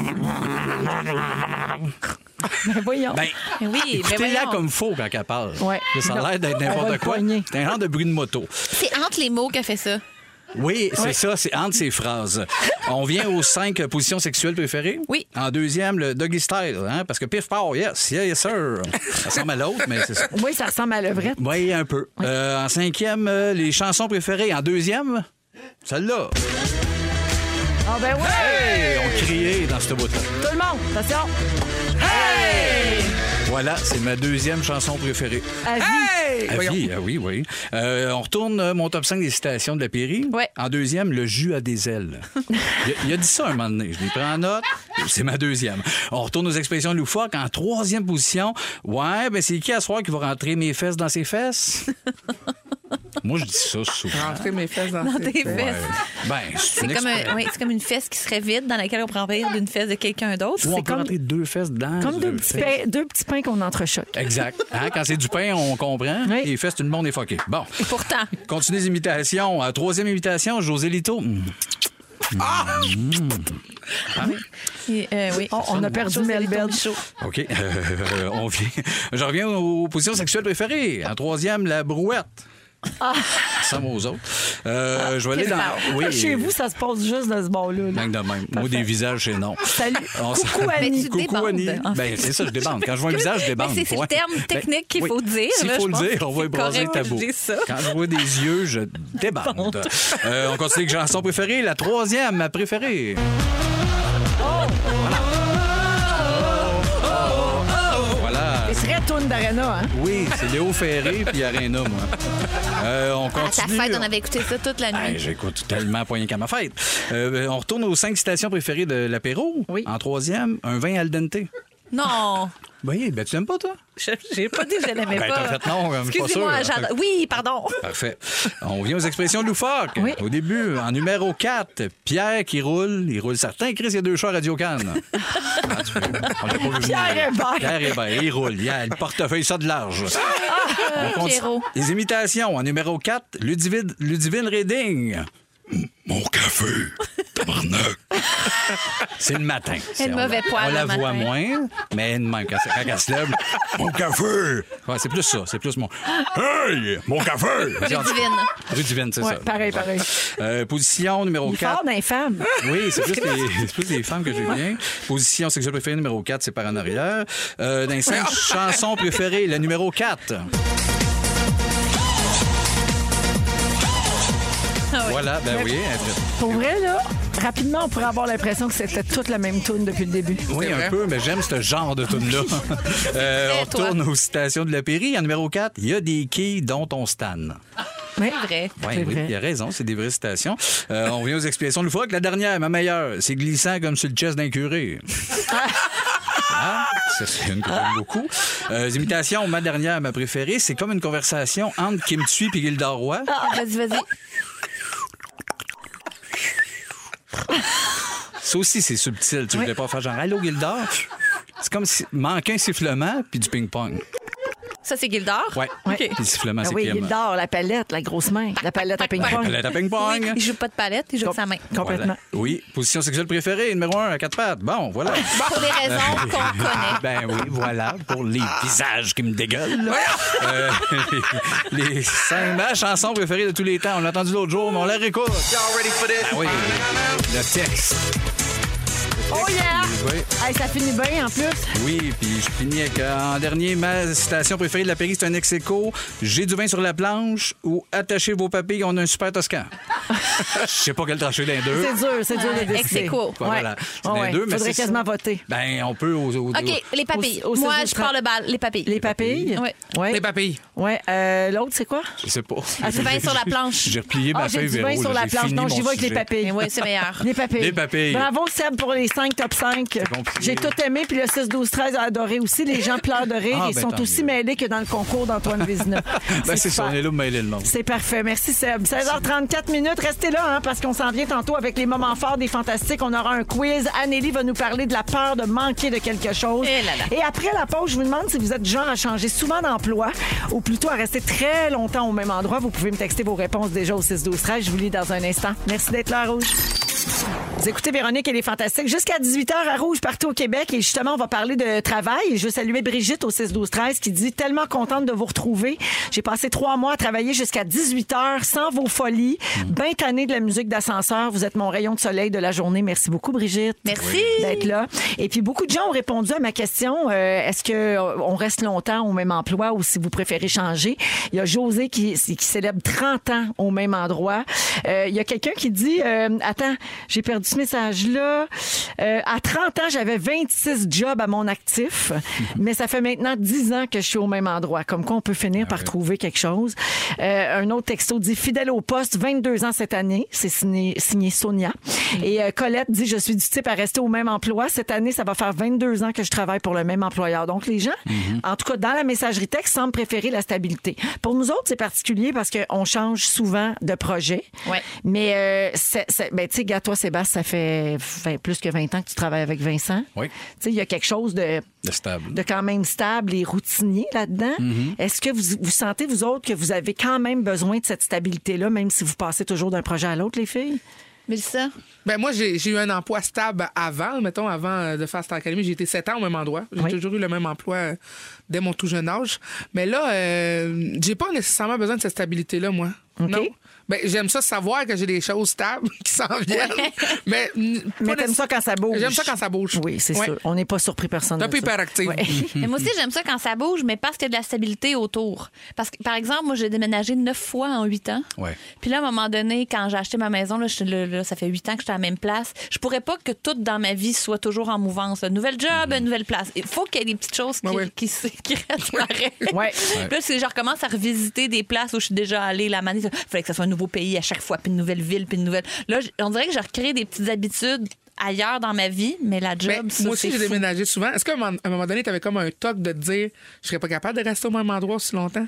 Ben voyons. Ben, Oui, écoutez-la voyons. comme faux quand elle parle. Ouais. Ça a l'air d'être On va n'importe le quoi. poigner. C'est un genre de bruit de moto. C'est entre les mots qu'elle fait ça. Oui, c'est ça, c'est entre ces phrases. On vient aux 5 positions sexuelles préférées. Oui. En deuxième, le doggy style, hein, parce que pif, pow, yes, sir. Ça ressemble à l'autre, mais c'est ça. Oui, ça ressemble à levrette. Oui, un peu. En cinquième, les chansons préférées. En deuxième, celle-là. Ah ben ouais! Hey, on criait dans ce bout-là. Tout le monde, attention! Voilà, c'est ma deuxième chanson préférée. À vie. Hey! À Voyons. vie, oui. On retourne mon top 5 des citations de la Péri. Ouais. En deuxième, le jus a des ailes. Il a dit ça un moment donné. Je l'ai pris en note. C'est ma deuxième. On retourne aux expressions loufoques. En troisième position, ouais, ben c'est qui à soir qui va rentrer mes fesses dans ses fesses? Moi, je dis ça souvent. Rentrer mes fesses dans Dans tes tes fesses. fesses. Ben, C'est comme une fesse qui serait vide dans laquelle on prend rire d'une fesse de quelqu'un d'autre. Ou on c'est peut comme- rentrer 2 fesses dedans. Comme deux petits pains qu'on entrechoque. Exact. Hein, quand c'est du pain, on comprend. Oui. Les fesses, tout le monde est fucké. Bon. Et pourtant, Continue les imitations. Troisième imitation, José Lito. oui. On a perdu Melbert. OK. On vient. Je reviens aux positions sexuelles préférées. En troisième, la brouette. Somme aux autres. Je vais aller dans. Oui. Chez vous, ça se passe juste dans ce bord-là. là. Même de même. Moi, des visages, c'est non. Salut. On s'en- Coucou, Annie. tu Coucou, débandes, Annie. en fait. Ben, c'est ça, je débande. Quand je vois un visage, je débande. Mais c'est le point. terme technique qu'il faut dire, S'il là, faut je le pense dire, que on va c'est ébraser le correct que tabou. je dise ça. Quand je vois des yeux, je débande. On continue avec chanson préférée. La troisième, ma préférée. Voilà. C'est très tourne d'arena, hein? Oui, c'est Léo Ferré puis Arena, moi. On À ta continue. fête, on avait écouté ça toute la Hey, nuit. j'écoute tellement poigné qu'à ma fête. On retourne aux 5 citations préférées de l'apéro. Oui. En troisième, un vin al dente. Non! Oui, ben tu l'aimes pas, toi? J'ai pas dit que je l'aimais Ben, pas. t'as fait non, je suis pas sûr. Excusez-moi, j'adore. Oui, pardon. Parfait. On vient aux expressions loufoques. Oui. Au début, en numéro 4, Pierre qui roule. Il roule certain. Chris, il y a 2 chars Radio-Can. On l'a pas vu venir. Pierre Hébert. Pierre Hébert, il roule. Il a le portefeuille ça de large. On continue. Pierrot. Les imitations. En numéro 4, Ludivine Reding. Mon café, tabarnak. C'est le matin. C'est le mauvais poil On la le matin. voit moins, mais elle manque quand elle se lève. Mon café. Ouais, c'est plus ça. C'est plus mon. Hey, mon café. Ludivine. Ludivine, c'est Ouais, ça. pareil. Position numéro Il est 4. fort dans les femmes. Oui, c'est plus les femmes que j'ai bien. Position sexuelle préférée numéro 4, c'est par en arrière. Dans les 5 chansons préférées, le numéro 4. Voilà, ben oui. Pour vrai, là, rapidement, on pourrait avoir l'impression que c'était toute la même tune depuis le début. Oui, C'est un vrai. peu, mais j'aime ce genre de tune-là. On toi. retourne aux citations de la Péri. En numéro 4, il y a des quilles dont on stanne. Oui. C'est vrai. Oui, C'est oui, vrai. il a raison, c'est des vraies citations. On revient aux explications de loufoques. La dernière, ma meilleure, c'est glissant comme sur le chest d'un curé. Ah, ça, c'est une que j'aime beaucoup. Les imitations, ma dernière, ma préférée, c'est comme une conversation entre Kim Thuy et Gilda Roy. Vas-y. Ça aussi, c'est subtil. Tu ne voulais pas faire genre « Allô, Gilda? » C'est comme si manquait un sifflement puis du ping-pong. Ça, c'est Gildor? Ouais. Ouais. Puis le sifflement, Ah c'est oui, Kim. il dort, la palette, la grosse main, la palette à ping-pong. Elle est à ping-pong. Il joue pas de palette, il joue avec sa main. Complètement. Voilà. Oui. Position sexuelle préférée, numéro 1, à 4 pattes. Bon, voilà. Pour des raisons qu'on connaît. Ben oui, voilà, pour les visages qui me dégueulent. Les 5 chansons préférées de tous les temps. On l'a entendu l'autre jour, mais on la réécoute. Ah oui, le texte. Oh yeah! Oui, Hey, ça finit bien en plus. oui, puis je finis avec, en dernier, ma citation préférée de la Péri, c'est un ex-écho. J'ai du vin sur la planche ou attachez vos papilles, on a un super toscan. Je sais pas quel trancher d'un deux. C'est dur de décider. Ex-aequo. Voilà. C'est Ouais. dans les deux, mais Faudrait c'est quasiment ça. voter. Ben, on peut aux OK, les papilles. Au Moi, 6, je pars le bal. Les papilles. Les papilles? Oui. Ouais. Les papilles. Ouais. L'autre, c'est quoi? Je sais pas. Du vin sur la planche. J'ai replié ma J'ai feuille du Véro. vin sur là, la j'ai planche. fini Non, mon j'y vais avec les sujet. papilles. Oui, c'est meilleur. Les papilles. Les papilles. Bravo, Seb, pour les 5 top 5. compliqué. J'ai tout aimé, puis le 6-12-13 a adoré aussi. Les gens pleurent de rire. Ah, Ils ben, sont tant aussi mieux. mêlés que dans le concours d'Antoine Vézina. Ben, c'est ça, super. on est là pour mêler le monde. C'est parfait. Merci, Seb. 16h34 minutes. Restez là, hein, parce qu'on s'en vient tantôt avec les moments forts des Fantastiques. On aura un quiz. Anneli va nous parler de la peur de manquer de quelque chose. Eh là là. Et après la pause, je vous demande si vous êtes du genre à changer souvent d'emploi ou plutôt à rester très longtemps au même endroit. Vous pouvez me texter vos réponses déjà au 6-12-13. Je vous lis dans un instant. Merci d'être là, Rouge. Vous écoutez Véronique et les Fantastiques jusqu'à 18h à Rouge partout au Québec. Et justement, on va parler de travail. Et je veux saluer Brigitte au 6-12-13 qui dit « Tellement contente de vous retrouver. J'ai passé 3 mois à travailler jusqu'à 18h sans vos folies. Ben tannée de la musique d'ascenseur. Vous êtes mon rayon de soleil de la journée. Merci beaucoup, Brigitte. Merci. D'être là. Et puis, beaucoup de gens ont répondu à ma question. Est-ce qu'on reste longtemps au même emploi ou si vous préférez changer? Il y a José qui célèbre 30 ans au même endroit. Il y a quelqu'un qui dit attends, j'ai perdu ce message-là. À 30 ans, j'avais 26 jobs à mon actif, mais ça fait maintenant 10 ans que je suis au même endroit. Comme quoi, on peut finir par trouver quelque chose. Un autre texto dit fidèle au poste, 22 ans cette année. C'est signé Sonia. Et Colette dit je suis du type à rester au même emploi. Cette année, ça va faire 22 ans que je travaille pour le même employeur. Donc, les gens, en tout cas, dans la messagerie texte, semblent préférer la stabilité. Pour nous autres, c'est particulier parce qu'on change souvent de projet. Ouais. Mais, ben, tu sais, gars, toi, Sébastien, ça fait plus que 20 ans que tu travailles avec Vincent. Oui. Tu sais, il y a quelque chose de stable. de quand même stable et routinier là-dedans. Est-ce que vous sentez, vous autres, que vous avez quand même besoin de cette stabilité-là, même si vous passez toujours d'un projet à l'autre, les filles? Mélissa? Ben moi, j'ai eu un emploi stable avant de faire Star Academy. J'ai été 7 ans au même endroit. J'ai Oui. toujours eu le même emploi dès mon tout jeune âge. Mais là, j'ai pas nécessairement besoin de cette stabilité-là, moi. OK. Non. Ben, j'aime ça savoir que j'ai des choses stables qui s'en viennent. Mais t'aimes ça quand ça bouge. J'aime ça quand ça bouge. Oui, c'est Ouais. sûr. On n'est pas surpris personne. T'es un de peu ça. hyperactive. Ouais. Mais moi aussi, j'aime ça quand ça bouge, mais parce qu'il y a de la stabilité autour. Parce que, par exemple, moi, j'ai déménagé 9 fois en 8 ans. Ouais. Puis là, à un moment donné, quand j'ai acheté ma maison, là, ça fait 8 ans que j'étais à la même place. Je pourrais pas que tout dans ma vie soit toujours en mouvance. Là. Nouvelle job, nouvelle place. Il faut qu'il y ait des petites choses Ouais. qui restent pareilles. Ouais. Puis là, si je recommence à revisiter des places où je suis déjà allée, la manée, il fallait que ce soit un nouveau pays à chaque fois, puis une nouvelle ville, puis une nouvelle. Là, on dirait que je recrée des petites habitudes ailleurs dans ma vie, mais la job, Ben, ça, moi aussi, c'est j'ai fou. déménagé souvent. Est-ce qu'à un moment donné, tu avais comme un toc de te dire je serais pas capable de rester au même endroit aussi longtemps?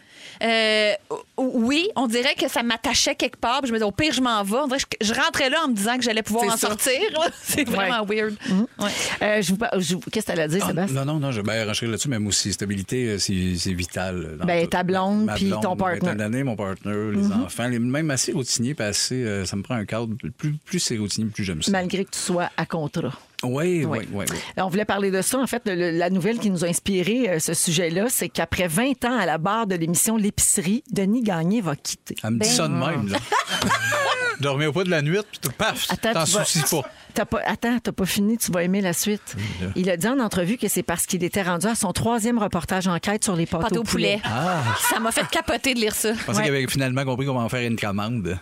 Oui, on dirait que ça m'attachait quelque part. Puis je me disais, au pire, je m'en vais. On dirait que je rentrais là en me disant que j'allais pouvoir C'est en ça. sortir. là. C'est vraiment weird. Ouais. Qu'est-ce que t'allais dire, Sébastien? Non, je vais rentrer là-dessus, même aussi. Stabilité, c'est vital. Dans Ben, tout. ta blonde, Ma puis blonde, ton ma partner. vingtaine d'années, mon partner, les enfants, même assez routinier, puis assez, ça me prend un cadre. Plus c'est routinier, plus j'aime ça. Malgré que tu sois à contrat. Oui. On voulait parler de ça. En fait, la nouvelle qui nous a inspiré ce sujet-là, c'est qu'après 20 ans à la barre de l'émission L'épicerie, Denis Gagné va quitter. Elle me dit ça de même, là. Je dormais au pas de la nuit, puis paf, Attends, t'en tu vas- soucies pas. T'as pas fini, tu vas aimer la suite. là. Il a dit en entrevue que c'est parce qu'il était rendu à son 3e reportage enquête sur les pâtes Pâté au poulet. Ça m'a fait capoter de lire ça. Je pensais qu'il avait finalement compris comment faire une commande.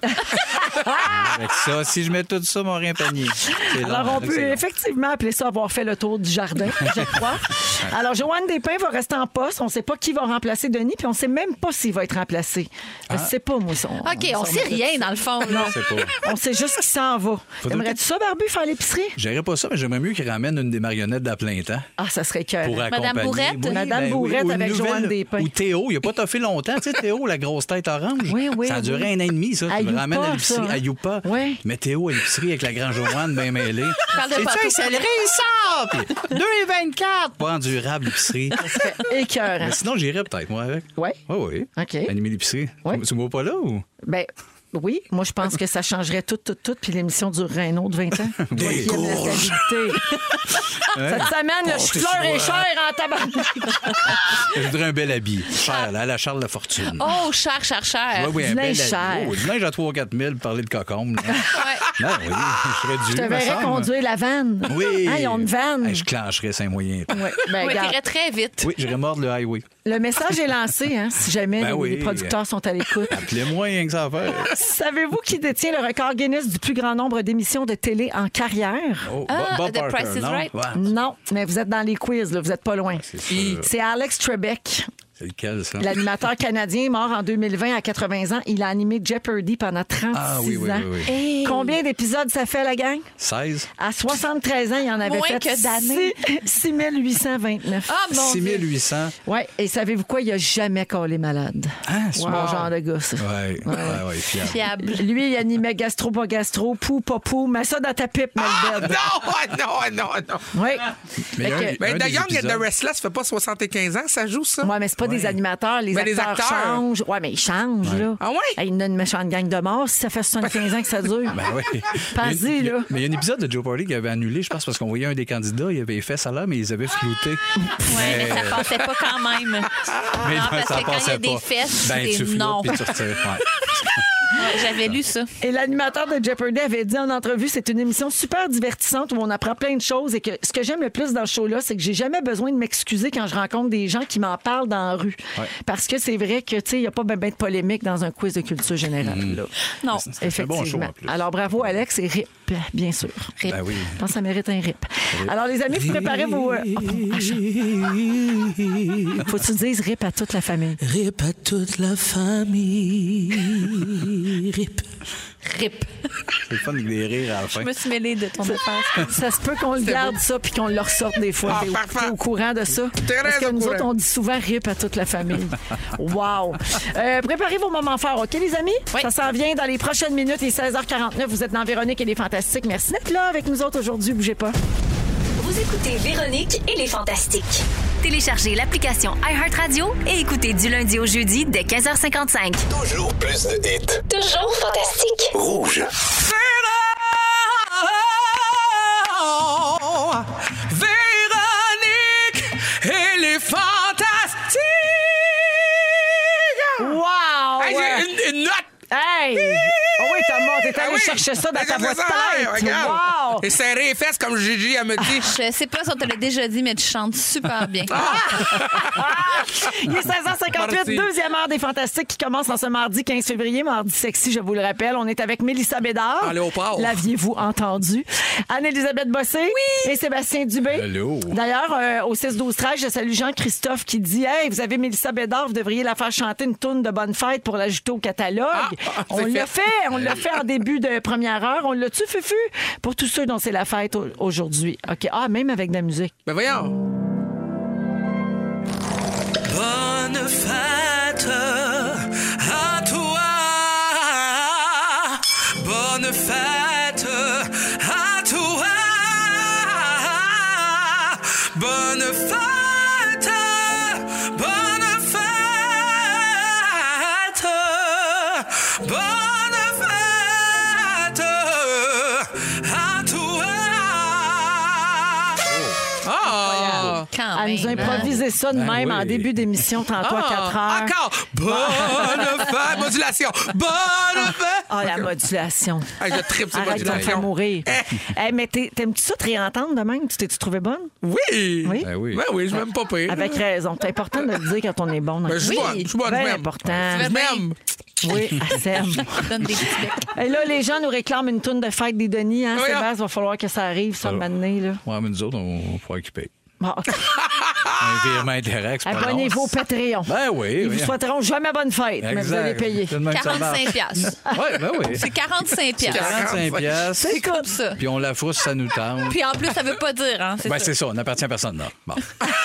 Avec ça, si je mets tout ça, mon rien panier. Alors, on peut effectivement appeler ça avoir fait le tour du jardin, je crois. Alors, Joanne Despins va rester en poste. On ne sait pas qui va remplacer Denis, puis on ne sait même pas s'il va être remplacé. Je ne sais pas, moi, OK, on sait rien, dans le fond. là. C'est pas. On sait juste qu'il s'en va. Aimerais-tu ça, Barbu, faire l'épicerie? J'aimerais pas ça, mais j'aimerais mieux qu'il ramène une des marionnettes d'à plein temps. Ah, ça serait cœur. Pour Madame accompagner. Bourrette? Oui, Madame Bourrette ou une avec Joanne Despins. Ou Théo, il a pas toffé longtemps. Tu sais, Théo, la grosse tête orange. Oui, ça a duré un an et demi, ça. À Tu me Youpa, ramènes à l'épicerie, ça, hein? à Youpa. Oui. Mais Théo à l'épicerie avec la grande Joanne bien mêlée. Parle de C'est pâté ça, au c'est le ça! Puis 2,24! Pas endurable, l'épicerie. Écœurant. Mais sinon, j'irais peut-être, moi, avec. Ouais. Oui. OK. Animer l'épicerie. Ouais. Tu me vois pas là ou? Ben, oui, moi, je pense que ça changerait tout, puis l'émission durerait un autre 20 ans. Toi qui aimes la stabilité. Cette semaine, le chou-fleur est cher en tabac. Je voudrais un bel habit. Cher, là, à la Charles Lafortune. Oh, cher. Oui, du un bel linge habit. cher. Oh, du linge à 3-4 000 pour parler de cocombe. là. Ouais. Non, oui, je serais dû. Je te me verrais semble. conduire la vanne. Oui. Hein, ils ont une vanne. Hey, je clencherais 5 moyens. Ouais, ben, Ouais, regarde, t'irais très vite. Oui, j'irais mordre le highway. le message est lancé, hein, si jamais Ben les oui. producteurs sont à l'écoute. Appelez-moi, rien que ça à faire. Savez-vous qui détient le record Guinness du plus grand nombre d'émissions de télé en carrière? Oh, Ah, Bob The Barker, Price is non? Right. Ouais, Non, mais vous êtes dans les quiz, là, vous n'êtes pas loin. c'est sûr. C'est Alex Trebek, C'est lequel, ça? l'animateur canadien mort en 2020 à 80 ans. Il a animé Jeopardy pendant 36 Ah oui, oui, ans. oui, oui. Hey. Combien d'épisodes ça fait, la gang? 16? À 73 ans, il en avait Moins fait que d'années. 6829. Ah, mon Dieu. 6800. Oui, et savez-vous quoi? Il n'a jamais collé malade. Ah, c'est C'est mon genre de gars, ça. Ouais, fiable. Fiable. Lui, il animait gastro, pas gastro, pou, pas pou. Mets ça dans ta pipe, Melbed. Non. Oui. Mais il y a Fait un- que- Ben, un The des Young and the épisodes- Restless, ça fait pas 75 ans, ça joue, ça? Oui, mais c'est pas des animateurs. Les Ben, les acteurs acteurs. changent. Oui, mais ils changent, là. Ah ouais? Hey, il y en a une méchante gang de morts si ça fait 75 ans que ça dure. Ben oui. Pense-y, Mais il y a- là. Mais il y a un épisode de Joe Party qui avait annulé, je pense, parce qu'on voyait un des candidats, il avait fait ça là, mais ils avaient flouté. Ouais, mais ça passait pas quand même. Mais Non, parce ça que quand il y a passait des pas. fesses, Ben, c'est tu floutes, non. puis tu retires. Ouais. Ouais, j'avais lu ça. Et l'animateur de Jeopardy avait dit en entrevue, c'est une émission super divertissante où on apprend plein de choses et que ce que j'aime le plus dans ce show-là, c'est que j'ai jamais besoin de m'excuser quand je rencontre des gens qui m'en parlent dans la rue. Ouais. Parce que c'est vrai que, tu sais, il n'y a pas ben de polémique dans un quiz de culture générale. Là. Non. C'est un bon show, en plus. Alors, bravo, Alex, et RIP, bien sûr. RIP. Ben oui. Je pense que ça mérite un RIP. Alors, les amis, vous préparez vos... Faut que tu dises RIP à toute la famille. Rip à toute la famille. Rip. Rip. C'est le fun de les rire à la fin. Je me suis mêlée de ton affaire. Ça se peut qu'on le garde, ça, puis qu'on le ressorte des fois. Ah, T'es parfait. au courant de ça? Très Parce que au nous courant. autres, on dit souvent RIP à toute la famille. Wow! Préparez vos moments forts, OK, les amis? Oui. Ça s'en vient dans les prochaines minutes. Il est 16h49. Vous êtes dans Véronique et les Fantastiques. Merci d'être là avec nous autres aujourd'hui. Bougez pas. Vous écoutez Véronique et les Fantastiques. Téléchargez l'application iHeartRadio et écoutez du lundi au jeudi dès 15h55. Toujours plus de hits. Toujours fantastique. Rouge. Véronique et les Fantastiques! Wow! Hey, j'ai une note! Hey! Oh oui, t'es allé Ah oui. chercher ça dans Ben, ta j'ai voix fait ça en l'air, de tête. regarde. Wow! Et serrer les fesses comme Gigi, elle me dit. Je sais pas si on te l'a déjà dit, mais tu chantes super bien. Il est 16h58, Merci. deuxième heure des Fantastiques qui commence en ce mardi 15 février, mardi sexy, je vous le rappelle. On est avec Mélissa Bédard. En léopard. L'aviez-vous entendu? Anne-Élisabeth Bossé et Sébastien Dubé. Hello. D'ailleurs, au 6-12-13, je salue Jean-Christophe qui dit « Hey, vous avez Mélissa Bédard, vous devriez la faire chanter une tourne de bonne fête pour l'ajouter au catalogue. Ah, On c'est l'a fait en début de première heure. On l'a-tu, Fufu? Pour tous ceux dont c'est la fête aujourd'hui. OK. Ah, même avec de la musique. Ben voyons. Bonne fête à toi. Bonne fête à toi. Bonne fête. Bonne fête. Bonne fête à toi. Ah! Quand Elle nous a même. improvisé ça de même en oui. début d'émission tantôt à 4 heures. Encore! Bonne fête! Modulation! Bonne fête! Ah, la modulation. Hey, je tripe sur Arrête de me faire modulation. mourir. Hey, mais t'aimes-tu ça te réentendre de même? Tu t'es-tu trouvé bonne? Oui! Oui. Ben oui. Ben oui, je m'aime pas pire. Avec raison. C'est important de le dire quand on est bon. Ben, je suis bonne, je suis bonne, je Bien m'aime. important. Je m'aime. Oui, elle s'aime. Donne des petits becs. Et là, les gens nous réclament une toune de fête des Denis. Hein, Oui, hein. Sébastien, va falloir que ça arrive, ça, Alors. maintenant. Là. Ouais, mais nous autres, on pourra occuper. Bon, OK. Un virement Interact, c'est pas long. Abonnez-vous au Patreon. Ben oui. Ils vous souhaiteront jamais bonne fête, mais vous allez payer. C'est de même que ça marche. 45 piastres. Ouais, ben oui. C'est 45 piastres. 45 piastres. C'est comme ça. Puis on la fousse, ça nous tente. Puis en plus, ça veut pas dire, hein? C'est Ben ça. c'est ça, on n'appartient à personne là. Bon.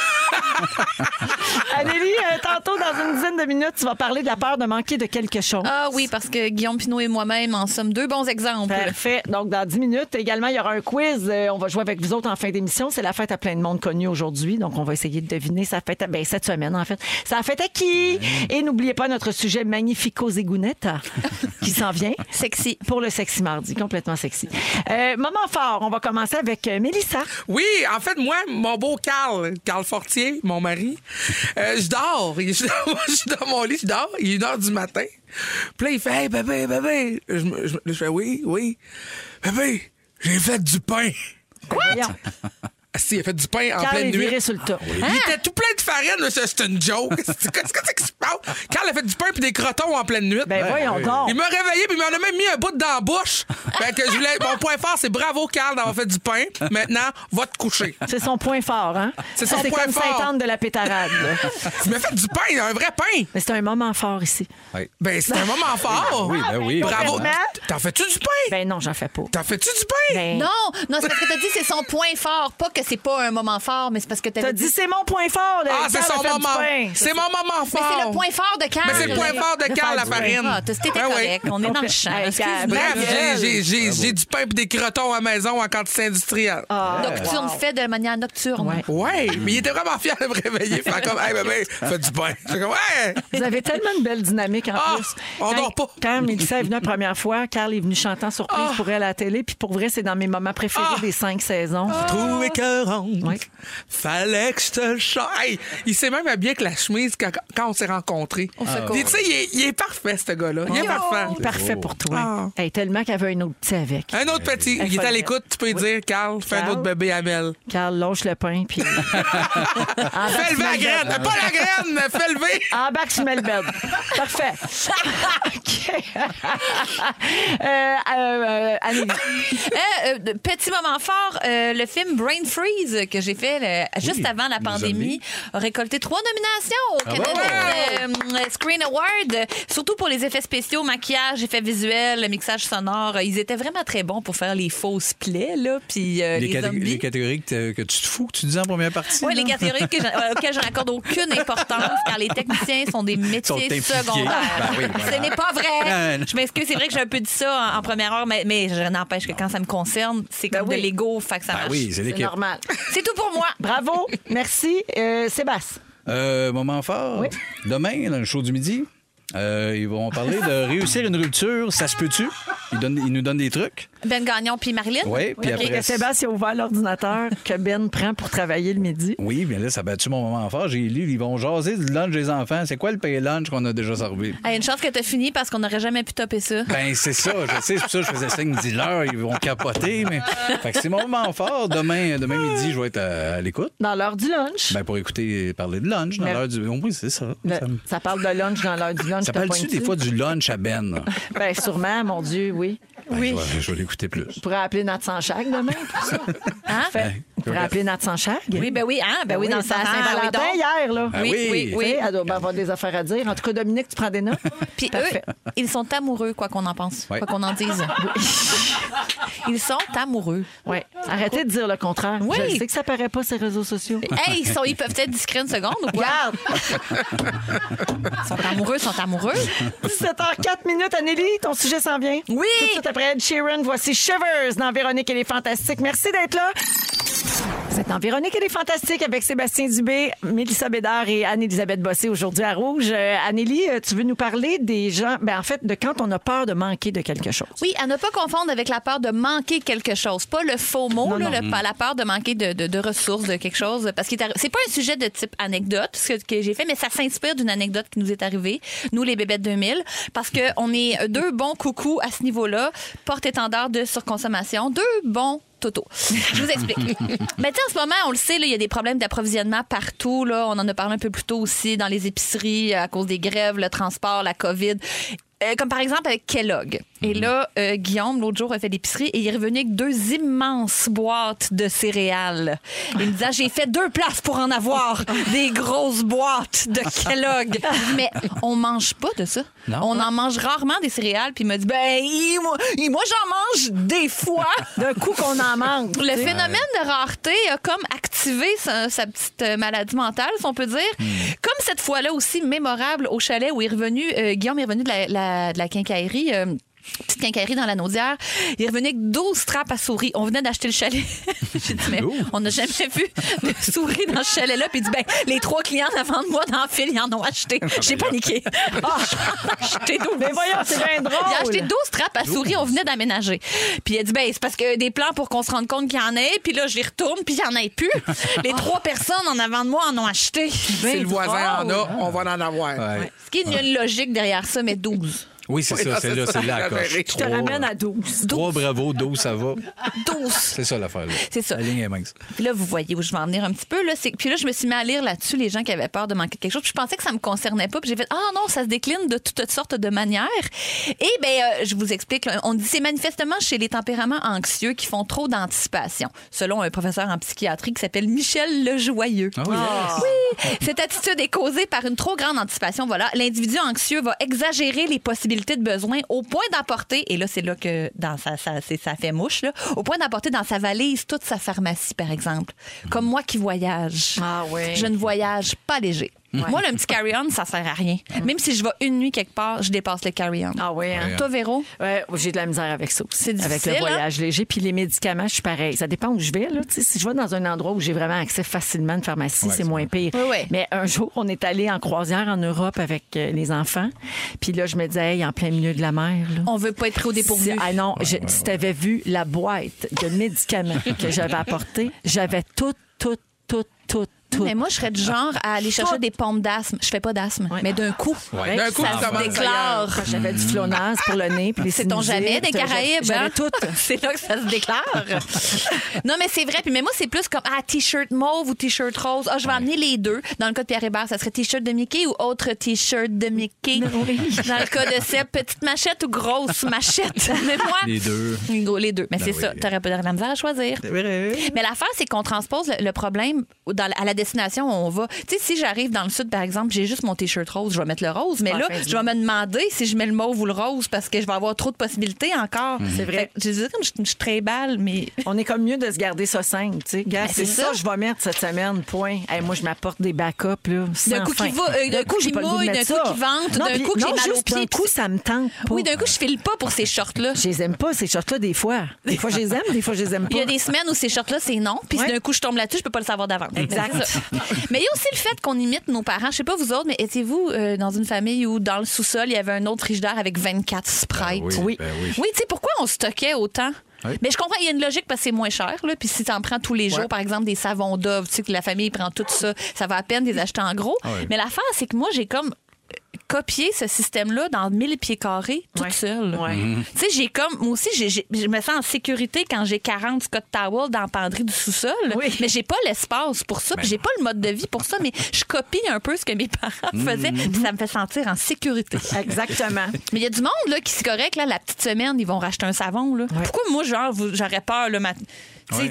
Anélie, tantôt, dans une dizaine de minutes, tu vas parler de la peur de manquer de quelque chose. Ah oui, parce que Guillaume Pinot et moi-même en sommes deux bons exemples. Parfait. Donc, dans 10 minutes, également, il y aura un quiz. On va jouer avec vous autres en fin d'émission. C'est la fête à plein de monde connu aujourd'hui. Donc, on va essayer de deviner sa fête cette semaine, en fait. Ça fête à qui? Et n'oubliez pas notre sujet Magnifico Zégounetta qui s'en vient. Sexy. Pour le Sexy Mardi. Complètement sexy. Moment fort. On va commencer avec Mélissa. Oui, en fait, moi, mon beau Carl Fortier, mon mari, je dors. Je suis dans mon lit, je dors. Il est 1h du matin. Puis là, il fait « Hey, bébé. » Je fais « Oui. Bébé, j'ai fait du pain. » Voyons. Ah, si, il a fait du pain en Carl pleine est nuit. viré sur le tas. Il était tout plein de farine, mais c'est une joke. Qu'est-ce que c'est qui se passe? Carl a fait du pain puis des crotons en pleine nuit. Ben voyons donc. Il m'a réveillé puis il m'en a même mis un bout dans la bouche. Fait que mon point fort, c'est bravo, Carl, d'avoir fait du pain. Maintenant, va te coucher. C'est son point fort, hein? C'est son C'est point comme fort. Sainte-Anne de la Pétarade. là. Tu m'as fait du pain, un vrai pain. Mais c'est un moment fort ici. Ben, c'est un moment fort. Oui, ben oui. Bravo. Concrètement? T'en fais-tu du pain? Ben non, j'en fais pas. T'en fais-tu du pain? Ben, Non, c'est parce que t'as dit c'est son point fort. Pas que c'est pas un moment fort, mais c'est parce que t'as t'as dit c'est mon point fort. Ah, c'est Carl a son fait du moment. pain. C'est mon moment Mais fort. c'est le point fort de Carl. Mais c'est le point fort de Carl, la du pain. farine. Ah, c'était Ben oui. correct. On est dans le champ. Hey, Excuse-moi. Bref, Bravo. j'ai du pain et des crotons à la maison en quantité industrielle. Nocturne fait de manière nocturne. Ouais. Ouais, mais il était vraiment fier de me réveiller. Faire comme, hey, bébé, fais du pain. J'étais comme, ouais. Vous avez tellement une belle dynamique en Ah, plus. on dort pas. Quand Mélissa est venue la première fois, Carl est venu chantant surprise pour elle à la télé. Puis pour vrai, c'est dans mes moments préférés des 5 saisons. Trouve écœurante. Oui. Fallait que je te le chante. Hey, il s'est même habillé avec la chemise quand on s'est rencontrés. Puis, tu sais, il est parfait, ce gars-là. Il est parfait. Parfait pour toi. Ah. Hey, tellement qu'il y avait un autre petit avec. Un autre petit. Il est à l'écoute. Tu peux lui dire, Carl, fais un Carl. autre bébé Amel. Carl lâche le pain, puis Fais lever la graine. Pas la graine, mais fais lever. embarque sur le bed. Parfait. OK. Anélie. Petit moment fort, le film Brain Freeze que j'ai fait juste avant la nous a pandémie mis. a récolté 3 nominations au Canada Screen Award, surtout pour les effets spéciaux, maquillage, effets visuels, le mixage sonore. Ils étaient vraiment très bons pour faire les fausses plaies, là, puis les zombies. Les catégories que tu te fous, que tu disais en première partie. Oui, là? les catégories auxquelles je n'accorde aucune importance, car les techniciens sont des métiers impliqués. secondaires. Ben oui, voilà. Ce n'est pas vrai. Non. Je m'excuse, c'est vrai que j'ai un peu dit ça en première heure, mais je n'empêche que quand ça me concerne, c'est comme oui. de l'ego, fait que ça Ben marche. oui, c'est C'est l'équipe. normal. C'est tout pour moi. Bravo. Merci. Sébastien. Moment fort. Oui. Demain, dans le show du midi, ils vont parler de réussir une rupture. Ça se peut-tu? Ils nous donnent des trucs. Ben Gagnon puis Marilyn. Oui, puis OK, après. que Sébastien a ouvert l'ordinateur que Ben prend pour travailler le midi. Oui, bien là, ça battu mon moment fort. J'ai lu, ils vont jaser du lunch des enfants. C'est quoi le pay lunch qu'on a déjà servi? Hey, une chance que t'as fini parce qu'on n'aurait jamais pu topper ça. Ben, c'est ça, je sais, c'est pour ça que je faisais signe, dis l'heure, ils vont capoter, mais. Fait que c'est mon moment fort. Demain midi, je vais être à l'écoute. Dans l'heure du lunch. Ben, pour écouter parler de lunch, dans Mais- l'heure du. Oui, c'est ça. Ça parle de lunch dans l'heure du lunch. Ça t'as parle-tu pointé? des fois du lunch à Ben? Ben, sûrement, mon Dieu, oui. Ben, je vais l'écouter plus. Tu pourrais appeler Nat Sanchac demain pour ça. Hein? Fait. On pourrait appeler Nat Sanchag. Oui, ben oui, hein? Ben oui, dans le c'est à Saint-Valentin, Saint-Valentin oui, donc. hier, là. Ah oui. Tu sais, elle doit bien avoir des affaires à dire. En tout cas, Dominique, tu prends des notes? Puis Parfait. eux, ils sont amoureux, quoi qu'on en pense, Ouais. quoi qu'on en dise. Ils sont amoureux. Oui. Arrêtez de dire le contraire. Oui. Je sais que ça paraît pas sur les réseaux sociaux. Hey, ils peuvent être discrets une seconde ou quoi? Regarde! Ils sont amoureux. 17h04 minutes, Anneli, ton sujet s'en vient. Oui! Tout de suite après Ed Sheeran, voici Shivers dans Véronique et les Fantastiques. Merci d'être là. Vous êtes dans Véronique et les Fantastiques avec Sébastien Dubé, Mélissa Bédard et Anne-Élisabeth Bossé aujourd'hui à Rouge. Annélie, tu veux nous parler des gens, en fait, de quand on a peur de manquer de quelque chose. Oui, à ne pas confondre avec la peur de manquer quelque chose. Pas le faux mot, Non, là, non. la peur de manquer de ressources, de quelque chose. Parce que c'est pas un sujet de type anecdote, ce que j'ai fait, mais ça s'inspire d'une anecdote qui nous est arrivée, nous, les bébêtes 2000, parce qu'on est deux bons coucous à ce niveau-là, porte-étendard de surconsommation, deux bons Toto. Je vous explique. Mais en ce moment, on le sait, il y a des problèmes d'approvisionnement partout. Là. On en a parlé un peu plus tôt aussi dans les épiceries à cause des grèves, le transport, la COVID. Comme par exemple avec Kellogg. Et là, Guillaume, l'autre jour, a fait l'épicerie et il est revenu avec 2 immenses boîtes de céréales. Il me disait, j'ai fait 2 places pour en avoir des grosses boîtes de Kellogg. Mais on mange pas de ça. Non. On en mange rarement des céréales. Puis il m'a dit, moi j'en mange des fois. D'un coup qu'on en manque. Le phénomène de rareté a comme activé sa petite maladie mentale, si on peut dire. Comme cette fois-là aussi mémorable au chalet où il est revenu, Guillaume est revenu de la quincaillerie. Petite quincaillerie dans la Naudière. Il est revenu avec 12 trappes à souris. On venait d'acheter le chalet. J'ai dit, mais on n'a jamais vu de souris dans ce chalet-là. Puis il dit, les 3 clients avant de moi dans le fil, ils en ont acheté. J'ai paniqué. Acheté 12. Mais voyons, c'est bien drôle. Il a acheté 12 trappes à souris. On venait d'aménager. Puis il a dit, c'est parce que des plans pour qu'on se rende compte qu'il y en ait. Puis là, je les retourne, puis il n'y en ait plus. Les 3 personnes en avant de moi en ont acheté. Si le voisin en a, on va en avoir. Ouais. Ce qui est une logique derrière ça, mais 12. Oui, c'est ça. C'est là, c'est là la coche. Je Je te ramène à 12. 3, bravo, 12, ça va. 12. C'est ça l'affaire. Là. C'est ça. La ligne est mince. Puis là, vous voyez où je vais en venir un petit peu. Là, puis là, je me suis mis à lire là-dessus les gens qui avaient peur de manquer quelque chose. Puis je pensais que ça me concernait pas. Puis j'ai fait, non, ça se décline de toutes sortes de manières. Et je vous explique. Là, on dit c'est manifestement chez les tempéraments anxieux qui font trop d'anticipation, selon un professeur en psychiatrie qui s'appelle Michel Lejoyeux. Ah oui. Oui, cette attitude est causée par une trop grande anticipation. Voilà, l'individu anxieux va exagérer les possibilités de besoin au point d'apporter, et là, c'est là que ça fait mouche, là, au point d'apporter dans sa valise toute sa pharmacie, par exemple. Comme moi qui voyage. Ah oui. Je ne voyage pas léger. Moi, le petit carry-on, ça sert à rien. Même si je vais une nuit quelque part, je dépasse le carry-on. Ah oui, hein? Toi, Véro? Ouais, j'ai de la misère avec ça aussi. C'est avec difficile, le voyage léger. Puis les médicaments, je suis pareil. Ça dépend où je vais. Là. Si je vais dans un endroit où j'ai vraiment accès facilement à une pharmacie, Ouais, c'est moins pire. Oui, oui. Mais un jour, on est allé en croisière en Europe avec les enfants. Puis là, je me disais, hey, en plein milieu de la mer. Là, On veut pas être pris au dépourvu. ah non, si tu avais vu la boîte de médicaments que j'avais apportée, j'avais tout. Mais moi, je serais du genre à aller chercher des pompes d'asthme. Je fais pas d'asthme, mais d'un coup, Ouais. D'un coup, ça tu se commences déclare. J'avais du Flonase pour le nez. Puis les C'est ton jamais sinusites. des Caraïbes. J'avais hein? tout. C'est là que ça se déclare. Non, mais c'est vrai. Puis mais moi, c'est plus comme T-shirt mauve ou T-shirt rose. Je vais amener les deux. Dans le cas de Pierre Hébert, ça serait T-shirt de Mickey ou autre T-shirt de Mickey. Dans le cas de Seb, petite machette ou grosse machette. Mais moi, Les deux. les deux. Mais c'est oui. ça. T'aurais pas de la misère à choisir. Mais l'affaire, c'est qu'on transpose le problème à la destination où on va. Tu sais, si j'arrive dans le sud, par exemple, j'ai juste mon T-shirt rose, je vais mettre le rose. Mais là, je vais me demander si je mets le mauve ou le rose parce que je vais avoir trop de possibilités encore. C'est vrai. Je dis comme je trimballe, mais. On est comme mieux de se garder ça simple, tu sais. Gars, c'est ça que je vais mettre cette semaine, point. Hey, moi, je m'apporte des backups, là. D'un coup qui va, d'un coup j'ai qui pas le goût de mouille, d'un mettre coup ça. qui vente, Non, d'un puis- coup que j'ai non, mal aux juste pieds. d'un coup, ça me tente pas. Oui, d'un coup, je file pas pour ces shorts-là. Je les aime pas, ces shorts-là, des fois. Des fois, je les aime, des fois, je les aime pas. Il y a des semaines où ces shorts-là, c'est non. Puis si Ouais. d'un coup, je tombe là-dessus, je peux pas le savoir d'avance. Exact. C'est ça. Mais il y a aussi le fait qu'on imite nos parents. Je sais pas vous autres, mais étiez-vous dans une famille où dans le sous-sol, il y avait un autre frigidaire avec 24 Sprites? Oui. Ben oui. Oui, tu sais, pourquoi on stockait autant? Oui. Mais je comprends, il y a une logique parce que c'est moins cher. Là. Puis si tu en prends tous les jours, par exemple, des savons Dove, tu sais que la famille prend tout ça, ça va à peine les acheter en gros. oui. Mais l'affaire, c'est que moi, j'ai comme copié ce système-là dans 1000 pieds carrés toute Ouais. seule. Ouais. Tu sais, j'ai comme... Moi aussi, je me sens en sécurité quand j'ai 40 Scott Towel dans la penderie du sous-sol. Oui. Mais j'ai pas l'espace pour ça. Puis j'ai pas le mode de vie pour ça. Mais je copie un peu ce que mes parents faisaient. Puis ça me fait sentir en sécurité. Exactement. Mais il y a du monde là, qui, c'est correct, là, la petite semaine, ils vont racheter un savon. Là. Pourquoi moi, genre, j'aurais peur, là, Tu sais, Ouais.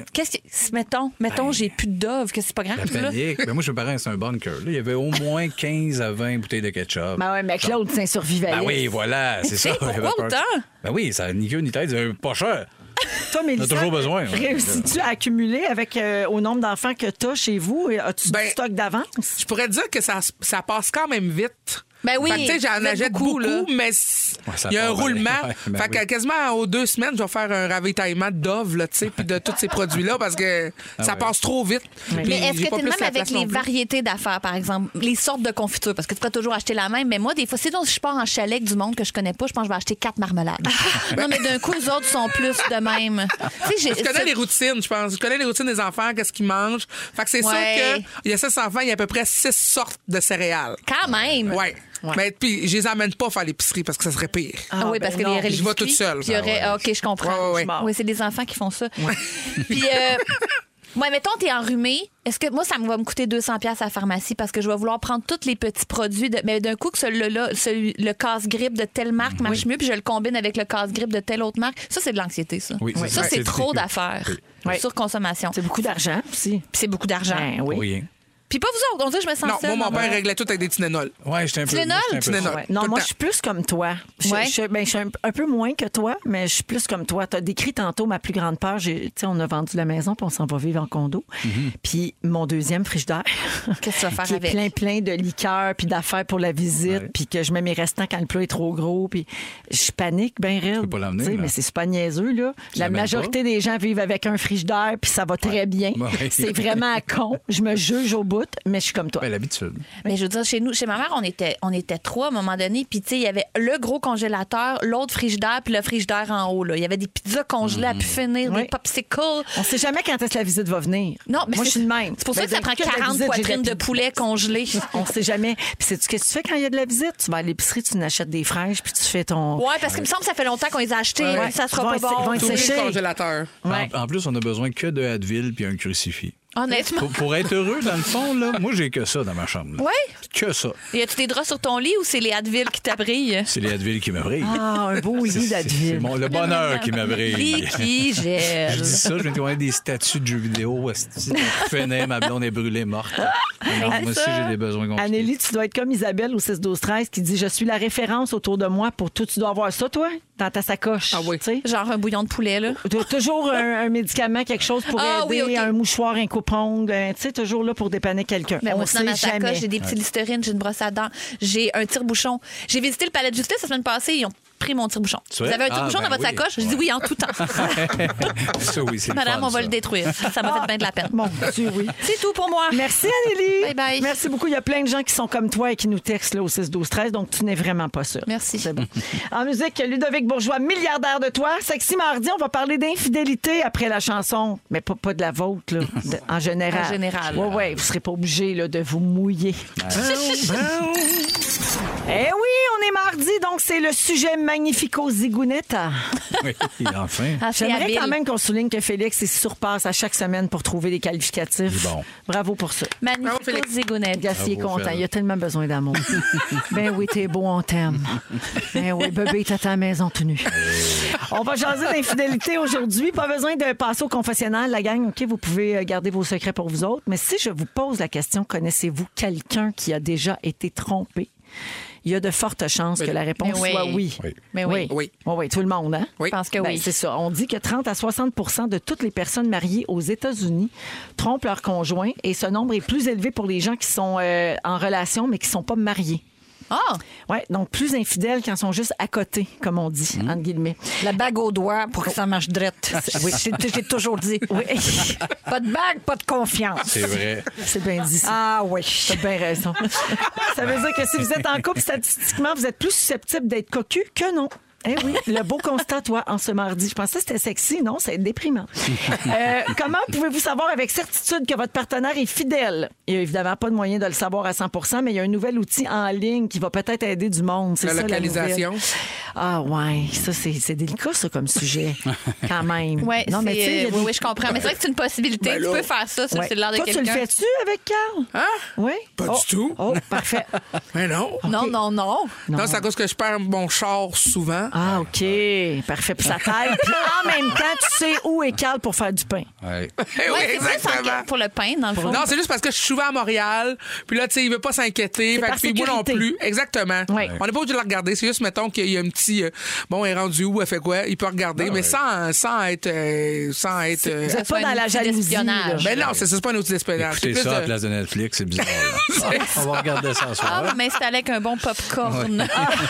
mettons, j'ai plus de Dove, que c'est pas grave. La là. panique. Ben moi, je me parais, c'est un bunker. Là, il y avait au moins 15 à 20 bouteilles de ketchup. Ben ouais, mais Claude, c'est un survivaliste. Ben oui, voilà, c'est ça. Pourquoi Il avait peur. autant? Ben oui, ça ni queue ni tête, c'est pas cher. Toi, Mélissa, On a toujours besoin, hein. réussis-tu à accumuler avec au nombre d'enfants que tu as chez vous? As-tu du stock d'avance? Je pourrais dire que ça passe quand même vite. Ben oui, Fait que, tu sais, j'en vite achète beaucoup, beaucoup, là. mais ça il y a un part bien. roulement. Ouais, ben fait que oui. quasiment aux 2 semaines, je vais faire un ravitaillement de Dove, là, tu sais, puis de tous ces produits-là, parce que ça ouais. passe trop vite. Puis Mais est-ce j'ai que pas tu es plus même la avec place les non plus. variétés d'affaires, par exemple, les sortes de confitures? Parce que tu pourrais toujours acheter la même, mais moi, des fois, si je pars en chalet avec du monde que je connais pas, je pense que je vais acheter 4 marmelades. Non, mais d'un coup, les autres sont plus de même. Tu sais, Je connais les routines, je pense. Je connais les routines des enfants, qu'est-ce qu'ils mangent. Fait que c'est sûr Ouais. qu'il y a 6 enfants, il y a à peu près 6 sortes de céréales. Quand même. Ouais. Mais puis, je les amène pas faire l'épicerie parce que ça serait pire. Ah oui, parce que non. les J'y vais toute seule. Puis il y aurait... Ah, OK, je comprends. Ouais. Oui, c'est des enfants qui font ça. Puis, ouais, mettons, t'es enrhumé. Est-ce que moi, ça va me coûter 200$ à la pharmacie parce que je vais vouloir prendre tous les petits produits, mais d'un coup, que le casse-grippe de telle marque marche mieux, puis je le combine avec le casse-grippe de telle autre marque. Ça, c'est de l'anxiété, ça. Oui, c'est Ça, c'est l'anxiété. trop d'affaires. Oui. Surconsommation. C'est beaucoup d'argent aussi. Puis c'est beaucoup d'argent. Ben oui. Oui. Puis pas vous autres. On dirait que je me sens Non, seule. moi, mon père réglait tout avec des Tylenol. Ouais, j'étais un peu. Tylenol? j'étais un peu Tylenol. ça. Ouais. Non, Tout le moi, temps. je suis plus comme toi. Ouais. Je suis un peu moins que toi, mais je suis plus comme toi. Tu as décrit tantôt ma plus grande peur. Tu sais, on a vendu la maison, puis on s'en va vivre en condo. Puis mon deuxième frigidaire, Qu'est-ce que tu vas faire qui est avec? plein de liqueurs, puis d'affaires pour la visite, Ouais. puis que je mets mes restants quand le plat est trop gros, puis je panique bien raide. peux pas l'emmener, Tu sais, là. mais c'est super niaiseux, là. La l'amènes majorité des gens vivent avec un frigidaire, puis ça va très bien. Ouais. C'est vraiment con. Je me juge au bout, mais je suis comme toi. Ben, l'habitude. Mais je veux dire, chez ma mère, on était 3 à un moment donné. Puis, tu sais, il y avait le gros congélateur, l'autre frigidaire, puis le frigidaire en haut. Là. Il y avait des pizzas congelées à pu finir, Oui. des popsicles. On sait jamais quand est-ce que la visite va venir. Non, mais moi, je suis de même. C'est pour ça Ben, que ça prend que de la 40 visite, j'ai poitrines de rapide. poulet congelées. On sait jamais. Puis sais-tu qu'est-ce que tu fais quand il y a de la visite? Tu vas à l'épicerie, tu n'achètes des fraîches, puis tu fais ton... Ouais, parce qu'il me semble que ça fait longtemps qu'on les a achetés. Ouais. Ça sera Ils pas vont bon. être Tout le séchés. congélateur. Ouais. En plus, on a besoin que de Advil puis un crucifix. Honnêtement. Pour être heureux, dans le fond, là, moi, j'ai que ça dans ma chambre. là. Ouais. Que ça. Y a-tu des draps sur ton lit ou c'est les Advil qui t'abrillent? C'est les Advil qui m'abrillent. Ah, un beau lit C'est d'Advil. le bonheur qui m'abrille. Lit qui Je gèle. dis ça, je viens de voir des statues de jeux vidéo. Fenêtre, ma blonde est brûlée, morte. Non, moi aussi, j'ai des besoins compliqués. Anélie, tu dois être comme Isabelle au 6-12-13 qui dit « Je suis la référence autour de moi pour tout. » Tu dois avoir ça, toi, dans ta sacoche. Ah oui. Tu sais? Genre un bouillon de poulet, là. Tu as toujours un médicament, quelque chose pour Ah, aider, oui, OK. un mouchoir, un coupe-ongle, tu sais, toujours là pour dépanner quelqu'un. Mais On moi, sait dans ma jamais. sacoche, j'ai des petits Listerine, j'ai une brosse à dents, j'ai un tire-bouchon. J'ai visité le palais de justice la semaine passée, ils ont pris mon tire-bouchon. C'est Vous vrai? avez un tire-bouchon Ah, dans ben votre oui. sacoche? J'ai dit oui, en tout temps. Ça, oui, c'est le Madame, fun, on va ça. le détruire. Ça m'a fait bien de la peine. Mon Dieu, oui. C'est tout pour moi. Merci, Anélie. Bye bye. Merci beaucoup. Il y a plein de gens qui sont comme toi et qui nous textent là, au 6-12-13, donc tu n'es vraiment pas sûr. Merci. C'est bon. En musique, Ludovic Bourgeois, milliardaire de toi. Sexy mardi, on va parler d'infidélité après la chanson, mais pas de la vôtre, là, en général. En général. Oui, oui, vous ne serez pas obligé là, de vous mouiller. Eh oui, on est mardi, donc c'est le sujet Magnifico Zigounetta. Oui, enfin. Ah, c'est J'aimerais habile. quand même qu'on souligne que Félix, il se surpasse à chaque semaine pour trouver des qualificatifs. Il est bon. Bravo pour ça. Bravo, Magnifique Félix. zigounette. Gassi est Bravo, content. Fel. Il a tellement besoin d'amour. Ben oui, t'es beau, on t'aime. Ben oui, bébé, t'as ta maison tenue. On va jaser d'infidélité aujourd'hui. Pas besoin de passer au confessionnal, la gang. OK, vous pouvez garder vos secrets pour vous autres. Mais si je vous pose la question, connaissez-vous quelqu'un qui a déjà été trompé? Il y a de fortes chances que la réponse Mais oui. soit oui. Oui. Mais oui. Oui. Oui, tout le monde, hein? Oui. Je pense que Ben, oui. c'est ça. On dit que 30 à 60 de toutes les personnes mariées aux États-Unis trompent leur conjoint et ce nombre est plus élevé pour les gens qui sont en relation mais qui ne sont pas mariés. Ah! Oui, donc plus infidèles quand ils sont juste à côté, comme on dit, entre guillemets. La bague au doigt pour que ça marche drette. Oui. J'ai toujours dit. Oui, Pas de bague, pas de confiance. C'est vrai. c'est bien dit. ça. Ah oui. T'as bien raison. Ça veut dire que si vous êtes en couple, statistiquement, vous êtes plus susceptible d'être cocu que non. Eh oui, le beau constat, toi, en ce mardi. Je pensais que c'était sexy, non? C'est déprimant. Comment pouvez-vous savoir avec certitude que votre partenaire est fidèle? Il n'y a évidemment pas de moyen de le savoir à 100 mais il y a un nouvel outil en ligne qui va peut-être aider du monde. C'est La ça, localisation. nouvelle. Ah ouais, ça, c'est délicat, ça, comme sujet, quand même. Ouais, non, mais tu sais, il y a des- oui, je comprends. Mais c'est vrai que c'est une possibilité. Ben tu là. peux faire ça sur Ouais. le cellulaire de Toi, tu quelqu'un. le fais-tu avec Carl? Hein? Oui? Pas Oh. du tout. Oh, parfait. Mais non. Non, non, non. Non, c'est à cause que je perds mon char souvent. Ah, OK. Parfait. Puis ça t'aide. Puis en même temps, tu sais où est Carl pour faire du pain. Ouais. Oui, Ouais, c'est plus exactement. pour le pain, dans le fond. Non, c'est juste parce que je suis souvent à Montréal, puis là, tu sais, il veut pas s'inquiéter. C'est Fait par que puis moi non sécurité. plus. Exactement. Oui. On n'est pas obligé de la regarder. C'est juste, mettons, qu'il y a un petit. Bon, elle est rendue où, elle fait quoi? Il peut regarder, mais sans être. Vous n'êtes pas dans la outil jalousie. d'espionnage. Ben non, c'est pas un outil d'espionnage. Écoutez C'est ça à la plus place de Netflix, c'est bizarre. là. On va regarder ça ce soir. Ah, mais c'est avec un bon popcorn.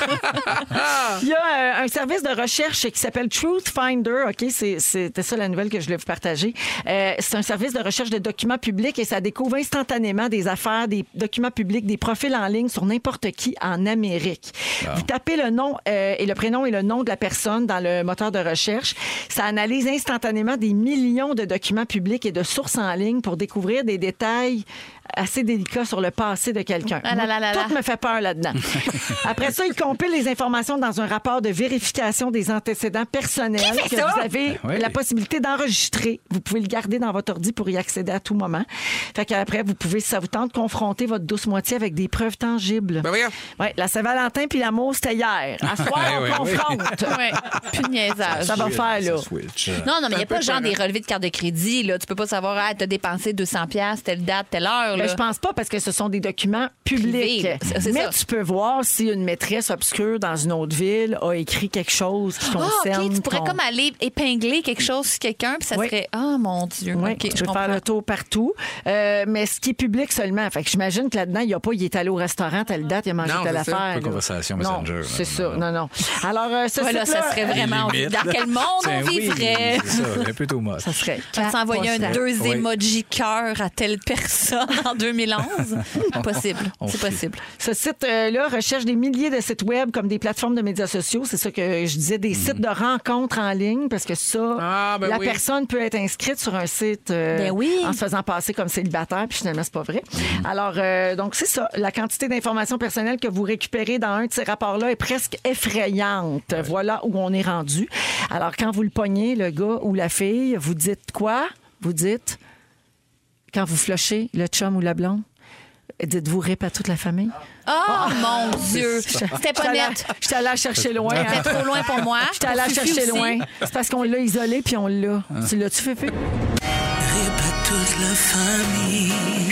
Il y a un service de recherche qui s'appelle Truth Finder. OK, c'était ça la nouvelle que je voulais vous partager. C'est un service de recherche de documents publics et ça découvre instantanément des affaires, des documents publics, des profils en ligne sur n'importe qui en Amérique. Vous tapez le nom et le prénom et le nom de la personne dans le moteur de recherche. Ça analyse instantanément des millions de documents publics et de sources en ligne pour découvrir des détails assez délicats sur le passé de quelqu'un. Ah là là là là. Tout me fait peur là-dedans. Après ça, il compile les informations dans un rapport de vérification des antécédents personnels que vous avez Oui. la possibilité d'enregistrer. Vous pouvez le garder dans votre ordi pour y accéder à tout moment. Fait qu'après, vous pouvez, si ça vous tente, confronter votre douce moitié avec des preuves tangibles. Ben voyons. Ouais, la Saint-Valentin puis l'amour, c'était hier. À soir, on Oui, oui. confronte. Ouais. Plus de niaisage. Ça va faire, là. Ça switch. Non, mais il n'y a un peu pas genre peurant. des relevés de carte de crédit. Là. Tu peux pas savoir, t'as dépensé 200$, telle date, telle heure. Ben, Là. je pense pas parce que ce sont des documents publics. Privés, c'est Mais ça. tu peux voir si une maîtresse obscure dans une autre ville a écrit quelque chose qui Ah, concerne OK, tu pourrais ton- comme aller épingler quelque chose sur quelqu'un, puis ça Oui. serait... Ah, mon Dieu. Oui, OK, tu je peux faire comprends. le tour partout. Mais ce qui est public seulement. Fait que j'imagine que là-dedans, il n'y a pas, il est allé au restaurant, telle date, il a mangé Non, telle c'est ça. affaire. Pas là. conversation Non, Messenger, c'est là. ça. Non. Alors, ce Ouais, là, ça site-là, serait vraiment... Limite, Dans là. quel monde on Oui, vivrait? c'est ça, un peu too much. ça serait Tu vas t'envoyer un capoté. 2 Oui. emojis cœur à telle personne en 2011? Possible. On C'est fait. possible. Ce site-là recherche des milliers de sites web comme des plateformes de médias sociaux. C'est ça que je disais, des sites de rencontres en ligne, parce que ça, Ah, ben la oui. personne peut être inscrite sur un site Ben oui. en se faisant passer comme célibataire, puis finalement, c'est pas vrai. Alors, donc, c'est ça. La quantité d'informations personnelles que vous récupérez dans un de ces rapports-là est presque effrayante. Voilà où on est rendu. Alors, quand vous le pognez, le gars ou la fille, vous dites quoi? Vous dites, quand vous flushez le chum ou la blonde, dites-vous rip à toute la famille? Oh, mon Dieu! C'était pas net. J'étais allée la chercher loin. hein. C'était trop loin pour moi. J'étais allée la Pour Fufu chercher aussi. loin. C'est parce qu'on l'a isolé puis on l'a. Tu l'as-tu fait? Rip à toute la famille.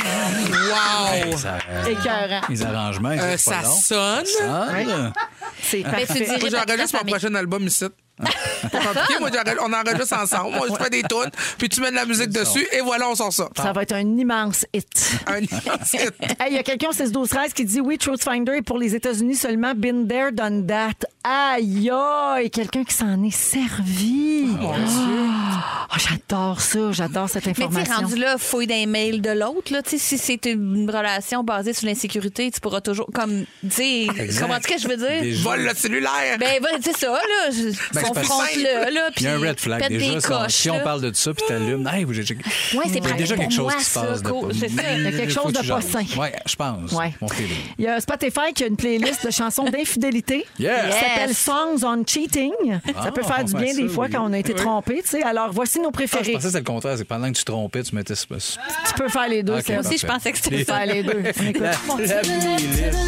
Wow! Ça, Écœurant. les arrangements, ils sont Ça pas longs. sonne. Ah, C'est Ben, tu parfait. dirais Moi, j'enregistre mon famille. prochain album ici. Pas compliqué, moi, on enregistre ensemble. Moi, je fais des tunes, puis tu mets de la musique dessus, et voilà, on sort ça. Ça va être un immense hit. Un immense hit. Hey, il y a quelqu'un au 16-12-13 qui dit oui, Truth Finder est pour les États-Unis seulement. Been there, done that. Aïe, aïe, quelqu'un qui s'en est servi. Mon Dieu. J'adore ça. J'adore cette Mais tu sais, information. rendu là, fouille dans les mails de l'autre. Là, tu sais, si c'est une relation basée sur l'insécurité, tu pourras toujours, comme, tu sais, Exact. comment ce que je veux dire? Déjà. Vole le cellulaire. Ben, c'est ça, là. Confronte-le, là. Il y a un puis red flag pète déjà. des Si coches, si on là. parle de ça, puis t'allumes, hey, Ouais, c'est il y a pratique déjà pour quelque chose moi, qui se ça, passe. cool. C'est ça. Il y a quelque chose de pas sain. Oui, je pense. Ouais. Mon feeling. Il y a Spotify qui a une playlist de chansons d'infidélité Yeah. qui Yes. s'appelle Songs on Cheating. Ça peut faire du bien des fois quand on a été trompé. Tu sais. Alors, voici nos Ah, je préférés. pensais que c'était le contraire. C'est pendant que tu trompais, tu mettais ce. Tu peux faire les deux. Ok, Seb. Moi aussi, je parfait. pensais que Tu c'était peux ça. faire les deux. On écoute. La playlist.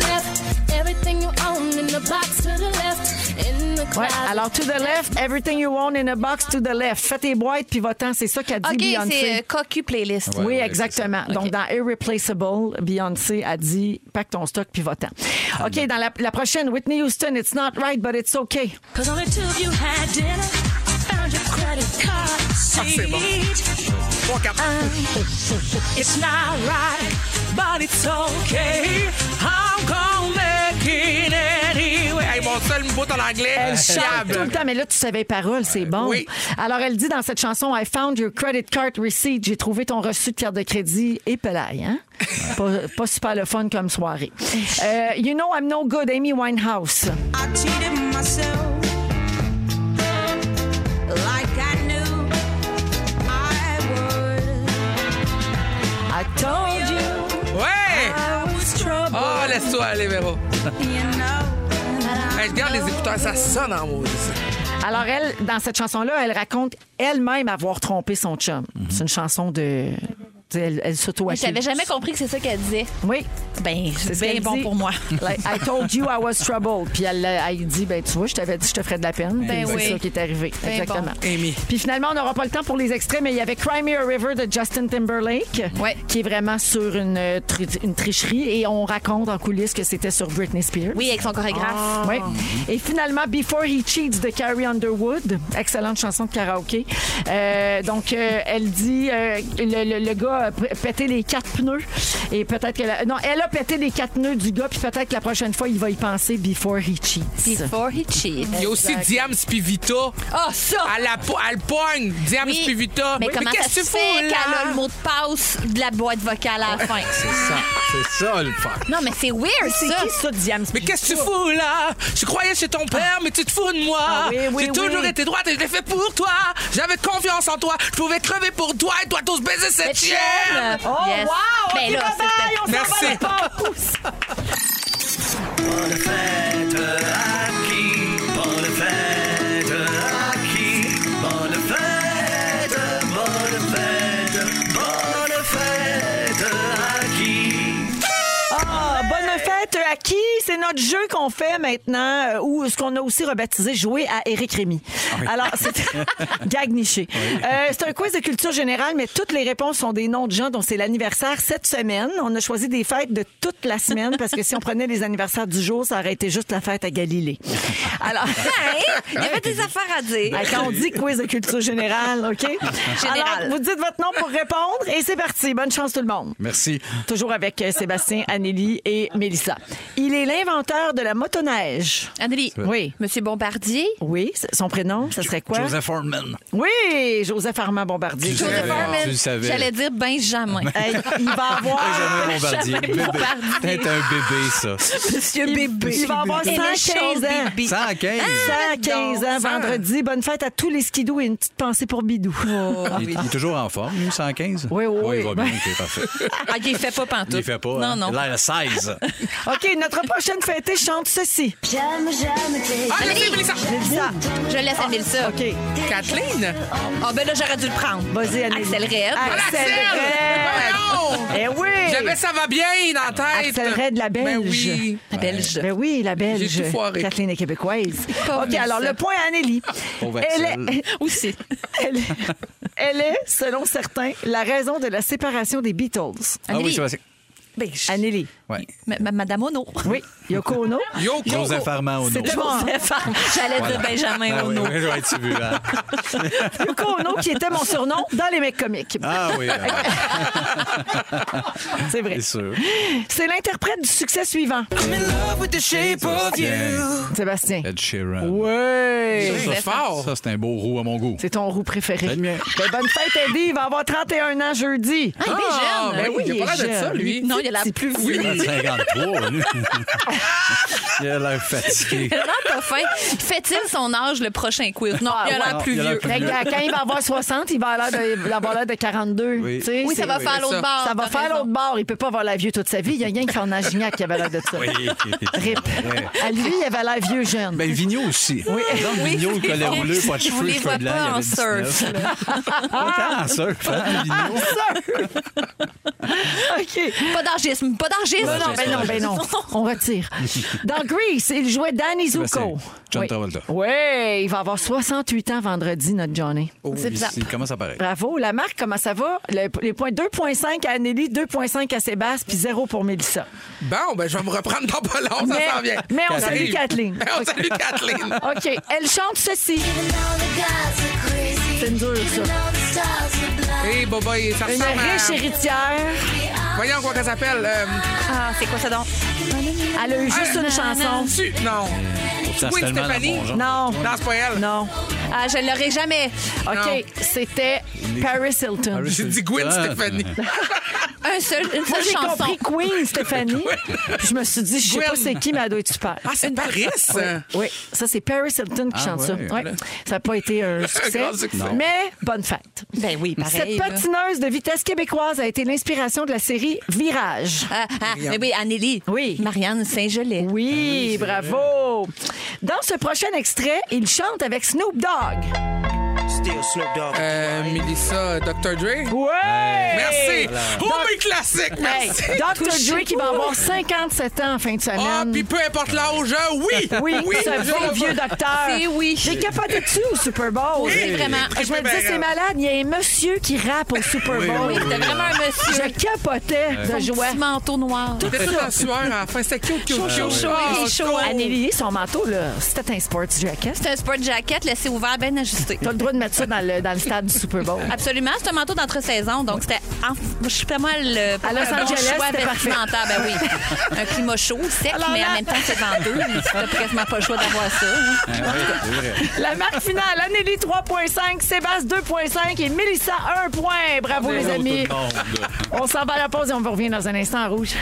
Ouais, alors, to the left, everything you own in a box to the left. Fais tes boîtes puis va-t'en. C'est ça qu'a dit OK, Beyoncé. c'est cocu playlist. Ouais, Oui, ouais, exactement. c'est ça. Donc, OK. dans Irreplaceable, Beyoncé a dit « Pack ton stock puis va-t'en ». OK, dans la prochaine, Whitney Houston, « It's not right, but it's okay ». Ah, c'est bon. 3, 4. It's not right, but it's okay. I'm gonna make it anyway. Hey, mon seul bout en anglais, Elle chante fiable. tout le temps, mais là, tu savais les paroles, c'est bon. Oui. Alors, elle dit dans cette chanson, I found your credit card receipt. J'ai trouvé ton reçu de carte de crédit et pelaille, hein? Pas super le fun comme soirée. You know I'm no good, Amy Winehouse. I cheated myself like I knew I would. I told you Ouais! I was trouble, Oh, laisse-toi aller, Véro. you know. that I Hey, regarde les écouteurs, ça sonne en maudit. Alors, elle, dans cette chanson-là, elle raconte elle-même avoir trompé son chum. C'est une chanson de Tu sais, elle Je s'auto-accuse. n'avais jamais compris que c'est ça qu'elle disait. Oui. Ben, C'est ce c'est bien qu'elle bon dit. pour moi. Like, I told you I was troubled. Puis elle dit, ben tu vois, je t'avais dit que je te ferais de la peine. Ben Puis oui. c'est ça qui est arrivé. Ben Exactement. bon. Amy. Puis finalement, on n'aura pas le temps pour les extraits, mais il y avait Cry Me a River de Justin Timberlake, Ouais. qui est vraiment sur une tricherie. Et on raconte en coulisses que c'était sur Britney Spears. Oui, avec son chorégraphe. Oui. Et finalement, Before He Cheats de Carrie Underwood. Excellente chanson de karaoké. Donc, elle dit le gars a pété les 4 pneus. Et peut-être qu'elle a... Non, elle a pété les 4 pneus du gars, puis peut-être que la prochaine fois, il va y penser Before He Cheats. Before he cheats. Il y a aussi Diams Pivita. Ah, ça! Elle pogne. Diams Oui. Pivita. Mais comment ça se fait qu'elle a le mot de passe de la boîte vocale à la fin? C'est ça le fuck. Non, mais c'est weird, C'est ça. qui ça, Diams? Mais qu'est-ce que tu fous là? Je croyais chez ton père, mais tu te fous de moi. Ah oui, J'ai toujours été droite et je l'ai fait pour toi. J'avais confiance en toi. Je pouvais crever pour toi et toi tous baiser cette chienne. Oh, Yes. wow! Ben OK, là, bye-bye, on s'en Merci. va la pause. Bonne fête à qui? Bonne fête à qui? Bonne fête, bonne fête, bonne fête à qui? Ah, bonne fête à qui? C'est notre jeu qu'on fait maintenant, ou ce qu'on a aussi rebaptisé Jouer à Éric Rémy. Alors, c'est gag niché. C'est un quiz de culture générale, mais toutes les réponses sont des noms de gens dont c'est l'anniversaire cette semaine. On a choisi des fêtes de toute la semaine parce que si on prenait les anniversaires du jour, ça aurait été juste la fête à Galilée. Alors, Il y avait des affaires à dire. quand on dit quiz de culture générale, OK? Générale. Alors, vous dites votre nom pour répondre et c'est parti. Bonne chance tout le monde. Merci. Toujours avec Sébastien, Anneli et Mélissa. Il est l'inventeur de la motoneige. Anneli. Oui. Monsieur Bombardier. Oui, son prénom, ça serait quoi? Joseph Horman. Oui, Joseph Armand Bombardier. Tu le Joseph savais. Harmon. Tu le savais. J'allais dire Benjamin. Hey, il va avoir... Benjamin Bombardier. Benjamin Bébé. Bombardier. Peut-être un bébé, ça. Monsieur Bébé. Il va avoir 115 ans. Bébé. 115. 115 ans vendredi. Bonne fête à tous les skidous et une petite pensée pour Bidou. Il est toujours en forme, lui, 115? Oui, oui, il va oui. bien, c'est parfait. Ah, il fait pas pantoute. Il fait pas. Non, hein? non. Il a l'air 16. OK, notre prochaine fêtée chante ceci. Ah, merci, Mélissa. Mélissa. Je laisse à Mélissa. OK. Kathleen. Ah, ben là, j'aurais dû le prendre. Vas-y, Anneli. Axel Red. Axel Red. Eh oui. J'avais ça va bien dans la tête. Axel Red, la Belge. Ben oui. La Belge. Ben oui, la Belge. J'ai tout foiré. Kathleen est québécoise. Pas OK, vu alors ça. le point à Anneli. Pauvre Elle Axel. est, Aussi. elle est, selon certains, la raison de la séparation des Beatles. Ah oui, c'est vrai. Ben, Anneli. Ouais. Madame Ono. Oui. Yoko Ono. Yoko. Joseph Armand Ono. C'était mon... J'allais dire Benjamin Ah oui, Ono. oui, ouais, tu vu, hein? Yoko Ono, qui était mon surnom dans les mecs comiques. Ah oui, C'est vrai. c'est sûr. C'est l'interprète du succès suivant. I'm in love with the shape of you. Sébastien. Ed Sheeran. Oui. C'est fort. Ça, c'est un beau roux à mon goût. C'est ton roux préféré. C'est le mien. Ben, bonne fête, Eddie. Il va avoir 31 ans jeudi. Ah, il est Ah, jeune. ben oui, il a pas l'air de ça, jeune. lui. Non, il a l'air C'est plus vieux. Il a 53, lui. Il a l'air fatigué. Il a l'air pas fin. Fait-il son âge le prochain quiz? Non, il a l'air ouais. plus Il a l'air vieux. plus Fait que quand il va avoir 60, il va avoir l'air de 42. Oui. Tu sais, Oui, ça va c'est- faire l'autre ça. bord. Ça va t'as faire raison. l'autre bord. Il peut pas avoir l'air vieux toute sa vie. Il y a rien qui fait en Agignac qui avait l'air de ça. Oui. Rip. À lui, il avait l'air vieux jeune. Ben, Vigneault aussi. Oui. Vigneault, le collet roulé, pas de Vous cheveux, les cheveux voyez blancs. pas il en avait 19. surf. Autant en surf, hein, Vigneault. OK. Pas d'argisme, pas d'argisme. Ben non. On retire. Dans Grease, il jouait Danny Zuko. John Oui. Travolta. Oui, il va avoir 68 ans vendredi, notre Johnny. C'est bizarre. Il commence à paraître. Bravo. La marque, comment ça va? Les points 2,5 à Anneli, 2,5 à Sébastien, puis 0 pour Mélissa. Bon, ben, je vais me reprendre dans pas long, ça s'en vient. mais on Ça salue arrive. Kathleen. On salue Kathleen. OK. Elle chante ceci. C'est dur, ça. Hey, Boba, ça Une ressemble riche à... héritière. Voyons quoi qu'elle s'appelle. Ah, c'est quoi ça donc? Elle a eu juste une chanson. Non. Ça, Oui, c'est tellement Stéphanie. dans mon genre. Non. Non, c'est pas elle. Non. Ah, je l'aurai jamais. OK. Non. C'était Paris Hilton. J'ai dit Gwen Ah. Stefani. Une Moi, seule j'ai chanson. compris Queen, Stéphanie. Puis je me suis dit, je sais pas Gwen. c'est qui, mais elle doit être super. Ah, c'est Paris. Oui, ça, c'est Paris Hilton qui Ah, chante ça. ouais. Ouais. Ça n'a pas été un succès, grand succès. Non. mais bonne fête. Ben oui, Cette pareil. là. patineuse de vitesse québécoise a été l'inspiration de la série Virage. Mais oui, Anneli. Oui. Marianne Saint-Gelais. Oui, bravo. Dans ce prochain extrait, il chante avec Snoop Dogg. Still Snoop Dogg. Melissa, Dr. Dre. Ouais! Merci. Oh, mes classiques. Hey, Merci. Dr. Dre qui va avoir 57 ans en fin de Ah, semaine. puis peu importe l'âge, oui. Oui, c'est un je beau le vieux vois. docteur. C'est oui. J'ai capoté dessus au Super Bowl. Oui, vraiment. Je me disais, c'est malade. Il y a un monsieur qui rappe au Super Bowl. Oui, c'était vraiment un monsieur. Je capotais de Son joie. petit manteau noir. T'étais tout en sueur à la fin. C'était cute. Chaud, il est chaud. Anneli, son manteau, là, c'était un sports jacket. C'est un sport jacket laissé ouvert, bien ajusté. T'as le droit de mettre ça dans le stade du Super Bowl. Absolument, c'est un manteau d'entre-saison, donc c'était je suis pas mal À Los Angeles, choix c'était parfait. vestimentaire, ben oui. Un climat chaud, sec, Alors mais là- en même temps c'est venteux. T'as quasiment pas le choix d'avoir ça. Hein. C'est vrai. La marque finale, Anneli 3.5, Sébastien 2.5 et Mélissa 1 point. Bravo les amis. Tout le monde. On s'en va à la pause et on vous revient dans un instant en rouge.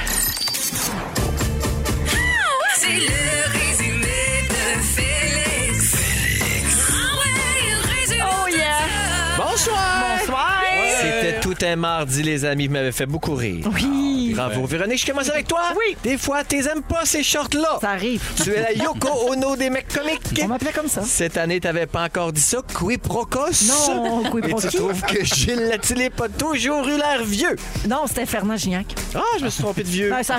C'est le résumé de Félix. Ah ouais, le résumé Oh yeah! Bonsoir! Bonsoir! C'était tout un mardi, les amis. Vous m'avez fait beaucoup rire. Oui! Bravo. Véronique, je commence avec toi. Oui. Des fois, t'aimes pas ces shorts-là. Ça arrive. Tu es la Yoko Ono des mecs comiques. On m'appelait comme ça. Cette année, t'avais pas encore dit ça. Quiprocos. Non, Et quiproquos. tu trouves que Gilles Latilé pas toujours eu l'air vieux. Non, c'était Fernand Gignac. Ah, je me suis trompé de vieux. Ouais, ça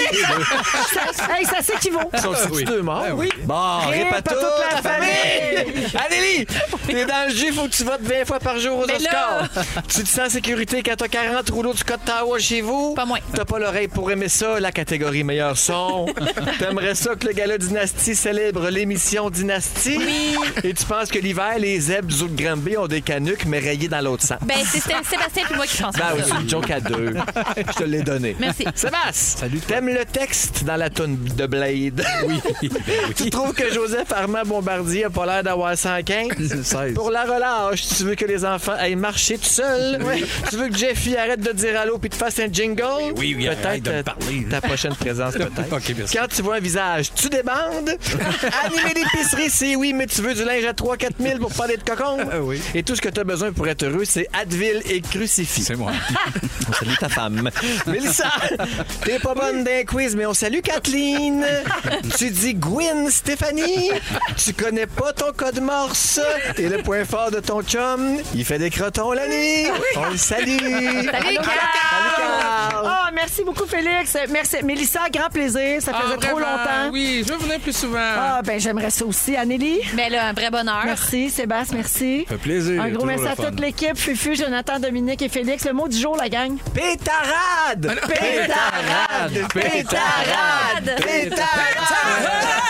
s'équivaut. Sont-ils deux morts? oui. Bon, Rip rip à à toute la famille. Anneli, t'es dans le jus, faut que tu votes 20 fois par jour aux Mais Oscars. Tu te sens en sécurité quand t'as 40 rouleaux de Scott Tower chez vous? Pas moins. T'as pas l'oreille pour aimer ça, la catégorie meilleur son. T'aimerais ça que le gala Dynastie célèbre l'émission Dynastie? Oui. Et tu penses que l'hiver, les zèbres du zoo de Granby ont des canucks, mais rayés dans l'autre sens? Ben, c'était Sébastien et moi qui pensons Ben oui, ça. c'est une joke à deux. Je te l'ai donné. Merci. Sébastien, salut. T'aimes le texte dans la toune de Blade? Oui. Tu trouves que Joseph Armand Bombardier a pas l'air d'avoir 115? 16. Pour la relâche, tu veux que les enfants aillent marcher tout seuls? Tu veux que Jeffy arrête de dire allô puis te fasse un jingle? Oui, arrête de me parler. Ta prochaine présence, peut-être. OK, merci. Quand tu vois un visage, tu débandes. Animer l'épicerie, c'est oui, mais tu veux du linge à 3-4 000 pour parler de cocon? Oui. Et tout ce que tu as besoin pour être heureux, c'est Advil et Crucifix. C'est moi. On salue ta femme. Mélissa, t'es pas bonne d'un quiz, mais on salue Kathleen. Tu dis Gwyn Stéphanie. Tu connais pas ton code morse. T'es le point fort de ton chum. Il fait des crotons la nuit. On le salue. Salut, Salut, Carl! Carl. Ah, merci beaucoup, Félix. Merci. Mélissa, grand plaisir. Ça faisait trop Vraiment, longtemps. Oui, je veux venir plus souvent. Ah, ben j'aimerais ça aussi. Anneli? Mais là, un vrai bonheur. Merci. Sébastien, merci. Ça fait plaisir. Un gros toujours merci le à fun. toute l'équipe. Fufu, Jonathan, Dominique et Félix. Le mot du jour, la gang. Pétarade! Pétarade! Pétarade! Pétarade!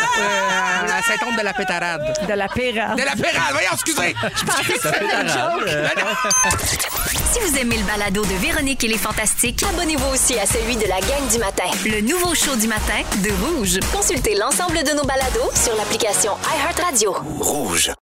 La symptôme de la pétarade. De la pérade. De la pétarade, voyons, excusez. Si vous aimez le balado de Véronique et les Fantastiques, abonnez-vous aussi à celui de la gang du matin. Le nouveau show du matin de Rouge. Consultez l'ensemble de nos balados sur l'application iHeartRadio. Rouge.